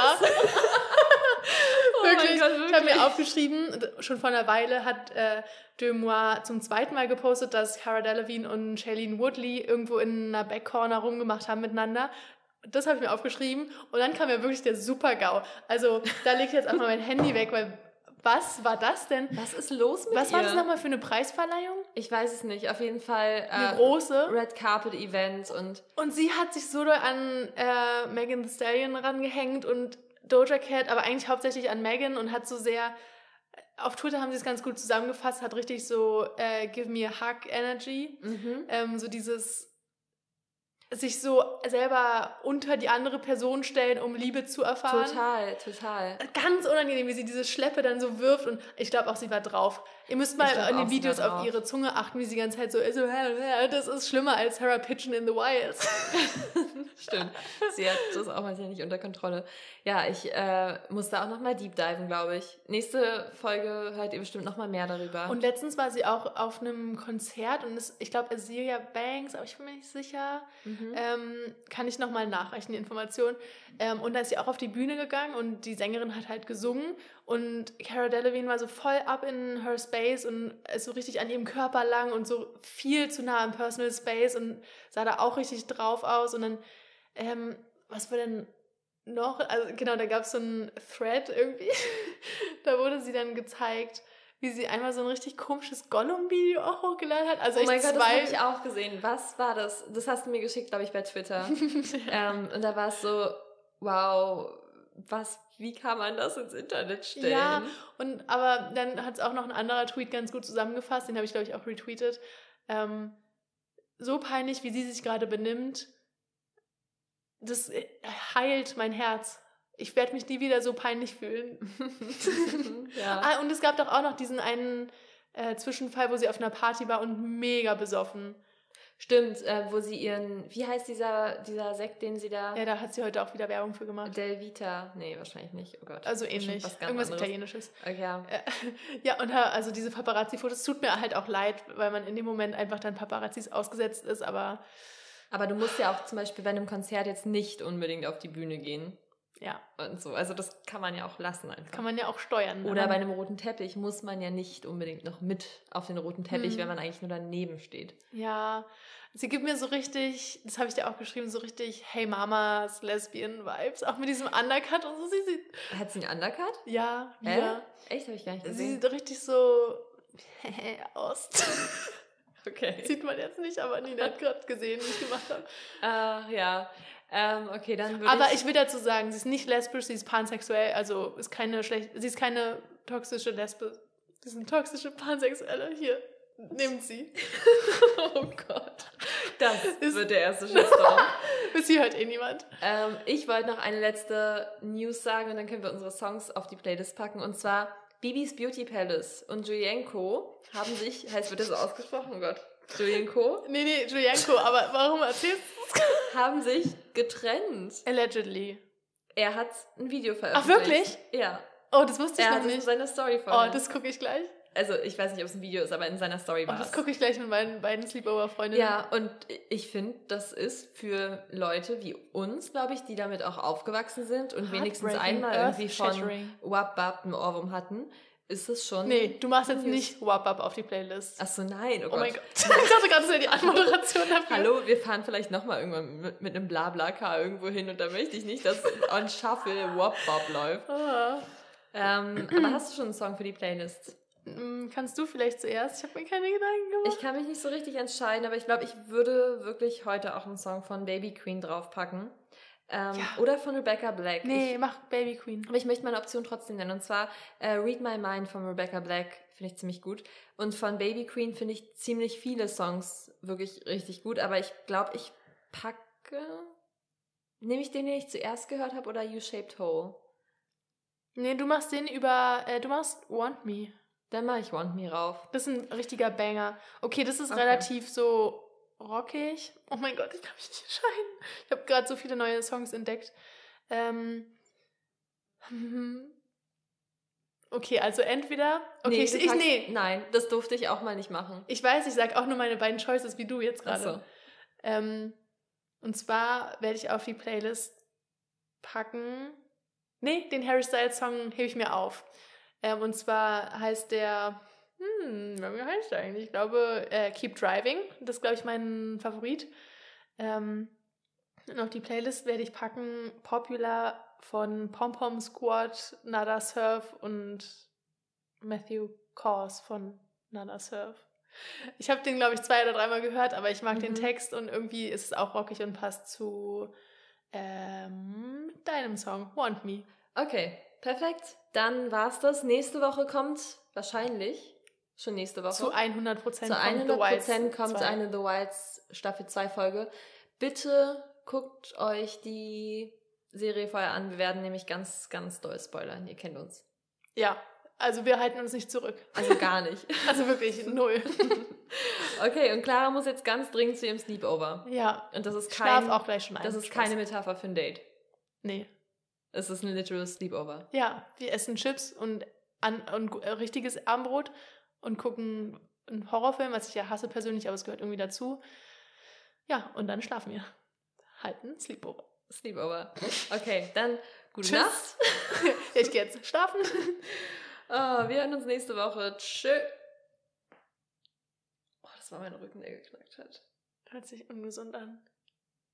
oh wirklich. Gott, wirklich. Ich habe mir aufgeschrieben, schon vor einer Weile hat äh, Deux Moi zum zweiten Mal gepostet, dass Cara Delevingne und Shailene Woodley irgendwo in einer Backcorner rumgemacht haben miteinander. Das habe ich mir aufgeschrieben und dann kam ja wirklich der Super-GAU. Also da lege ich jetzt einfach mein Handy weg, weil was war das denn? Was ist los mit Was ihr? war das nochmal für eine Preisverleihung? Ich weiß es nicht. Auf jeden Fall eine äh, große Red Carpet Event und und sie hat sich so doll an äh, Megan Thee Stallion rangehängt und Doja Cat, aber eigentlich hauptsächlich an Megan und hat so sehr, auf Twitter haben sie es ganz gut zusammengefasst, hat richtig so äh, Give me a hug Energy, mhm. ähm, so dieses sich so selber unter die andere Person stellen, um Liebe zu erfahren. Total, total. Ganz unangenehm, wie sie diese Schleppe dann so wirft und ich glaube auch, sie war drauf. Ihr müsst mal in den Videos auf ihre Zunge achten, wie sie die ganze Zeit so ist. So, das ist schlimmer als Sarah Pigeon in the Wilds. Stimmt. Sie hat das auch manchmal nicht unter Kontrolle. Ja, ich äh, muss da auch nochmal deep diven, glaube ich. Nächste Folge hört ihr bestimmt nochmal mehr darüber. Und letztens war sie auch auf einem Konzert und es, ich glaube Azealia Banks, aber ich bin mir nicht sicher. Mhm. Ähm, kann ich nochmal nachreichen, die Information. Ähm, und da ist sie auch auf die Bühne gegangen und die Sängerin hat halt gesungen und Cara Delevingne war so voll up in her space und ist so richtig an ihrem Körper lang und so viel zu nah im Personal Space und sah da auch richtig drauf aus und dann ähm, was war denn noch? Also genau, da gab es so einen Thread irgendwie. Da wurde sie dann gezeigt, wie sie einmal so ein richtig komisches Gollum-Video auch hochgeladen hat. Also oh mein Gott, zwei... das habe ich auch gesehen. Was war das? Das hast du mir geschickt, glaube ich, bei Twitter. ja. ähm, und da war es so, wow, was, wie kann man das ins Internet stellen? Ja, und aber dann hat es auch noch ein anderer Tweet ganz gut zusammengefasst, den habe ich, glaube ich, auch retweetet. Ähm, so peinlich, wie sie sich gerade benimmt, das heilt mein Herz. Ich werde mich nie wieder so peinlich fühlen. ja. Ah, und es gab doch auch noch diesen einen äh, Zwischenfall, wo sie auf einer Party war und mega besoffen. Stimmt, äh, wo sie ihren, wie heißt dieser, dieser Sekt, den sie da... Ja, da hat sie heute auch wieder Werbung für gemacht. Del Vita, nee, wahrscheinlich nicht, oh Gott. Also ähnlich, irgendwas anderes. Italienisches. Okay, ja. Ja, und also diese Paparazzi-Fotos, tut mir halt auch leid, weil man in dem Moment einfach dann Paparazzis ausgesetzt ist, aber... Aber du musst ja auch zum Beispiel bei einem Konzert jetzt nicht unbedingt auf die Bühne gehen. Ja. Und so, also das kann man ja auch lassen einfach. Kann man ja auch steuern. Oder bei einem roten Teppich muss man ja nicht unbedingt noch mit auf den roten Teppich, hm. wenn man eigentlich nur daneben steht. Ja, sie gibt mir so richtig, das habe ich dir auch geschrieben, so richtig Hey Mamas Lesbian-Vibes, auch mit diesem Undercut und so. Sie sieht... Hat sie einen Undercut? Ja, wieder. Äh? Echt? Habe ich gar nicht gesehen. Sie sieht richtig so Ost. Okay. Sieht man jetzt nicht, aber Nina hat gerade gesehen, wie ich gemacht habe. Ach, uh, ja. Ähm, okay, dann würde Aber ich... ich will dazu sagen, sie ist nicht lesbisch, sie ist pansexuell, also ist keine schlecht, sie ist keine toxische Lesbe. Sie ist eine toxische Pansexuelle. Hier, nehmt sie. Oh Gott. Das ist wird der erste Shitstorm. Bis hier hört eh niemand. Ähm, ich wollte noch eine letzte News sagen und dann können wir unsere Songs auf die Playlist packen. Und zwar Bibis Beauty Palace und Julienko haben sich, heißt, wird das so ausgesprochen? Oh Gott. Julienko? Nee, nee, Julienko, aber warum erzählst du es? Haben sich getrennt. Allegedly. Er hat ein Video veröffentlicht. Ach, wirklich? Ja. Oh, das wusste ich er noch nicht. Er hat seine Story von. Oh, das gucke ich gleich. Also, ich weiß nicht, ob es ein Video ist, aber in seiner Story war es. Oh, das gucke ich gleich mit meinen beiden Sleepover-Freundinnen. Ja, und ich finde, das ist für Leute wie uns, glaube ich, die damit auch aufgewachsen sind und wenigstens einmal irgendwie von Wap Bap einen Ohrwurm hatten, ist es schon... Nee, du machst jetzt nicht Wap Bap auf die Playlist. Ach so, nein, oh, oh Gott. mein Gott. Ich dachte gerade, das wäre die Anmoderation dafür. Hallo, wir fahren vielleicht nochmal irgendwann mit, mit einem Blabla-Car irgendwo hin und da möchte ich nicht, dass on Shuffle Wap Bap läuft. Ah. Ähm, aber hast du schon einen Song für die Playlist? Kannst du vielleicht zuerst? Ich habe mir keine Gedanken gemacht. Ich kann mich nicht so richtig entscheiden, aber ich glaube, ich würde wirklich heute auch einen Song von Baby Queen draufpacken. Ähm, ja. Oder von Rebecca Black. Nee, ich, mach Baby Queen. Aber ich möchte meine Option trotzdem nennen. Und zwar äh, Read My Mind von Rebecca Black finde ich ziemlich gut. Und von Baby Queen finde ich ziemlich viele Songs wirklich richtig gut. Aber ich glaube, ich packe... Nehme ich den, den ich zuerst gehört habe, oder You-Shaped Hole? Nee, du machst den über... Äh, du machst Want Me. Dann mache ich Want Me rauf. Das ist ein richtiger Banger. Okay, das ist okay. Relativ so rockig. Oh mein Gott, ich kann mich nicht entscheiden. Ich habe gerade so viele neue Songs entdeckt. Ähm... Okay, also entweder... Okay, nee, ich, ich nee. Nein, das durfte ich auch mal nicht machen. Ich weiß, ich sage auch nur meine beiden Choices, wie du jetzt gerade. Ach so. Ähm, und zwar werde ich auf die Playlist packen... Nee, den Harry Styles Song hebe ich mir auf. Ähm, und zwar heißt der... Hm, wie heißt der eigentlich? Ich glaube, äh, Keep Driving. Das ist, glaube ich, mein Favorit. Ähm, und auf die Playlist werde ich packen Popular von Pom Pom Squad, Nada Surf und Matthew Kors von Nada Surf. Ich habe den, glaube ich, zwei oder dreimal gehört, aber ich mag mhm. den Text und irgendwie ist es auch rockig und passt zu ähm, deinem Song, Want Me. Okay, perfekt. Dann war's das. Nächste Woche kommt wahrscheinlich, schon nächste Woche. Zu hundert Prozent Zu hundert Prozent kommt zwei. Eine The Wilds Staffel zwei Folge. Bitte guckt euch die Serie vorher an. Wir werden nämlich ganz, ganz doll spoilern. Ihr kennt uns. Ja, also wir halten uns nicht zurück. Also gar nicht. Also wirklich null. Okay, und Clara muss jetzt ganz dringend zu ihrem Sleepover. Ja. Und das ist kein, Schlaf auch gleich schon ein. Das ist keine Metapher für ein Date. Nee. Es ist ein literal Sleepover. Ja, wir essen Chips und, an, und äh, richtiges Abendbrot und gucken einen Horrorfilm, was ich ja hasse persönlich, aber es gehört irgendwie dazu. Ja, und dann schlafen wir. Halten Sleepover. Sleepover. Okay, dann gute Tschüss. Nacht. Ja, ich gehe jetzt schlafen. Oh, wir hören uns nächste Woche. Tschö. Oh, das war mein Rücken, der geknackt hat. Hört sich ungesund an.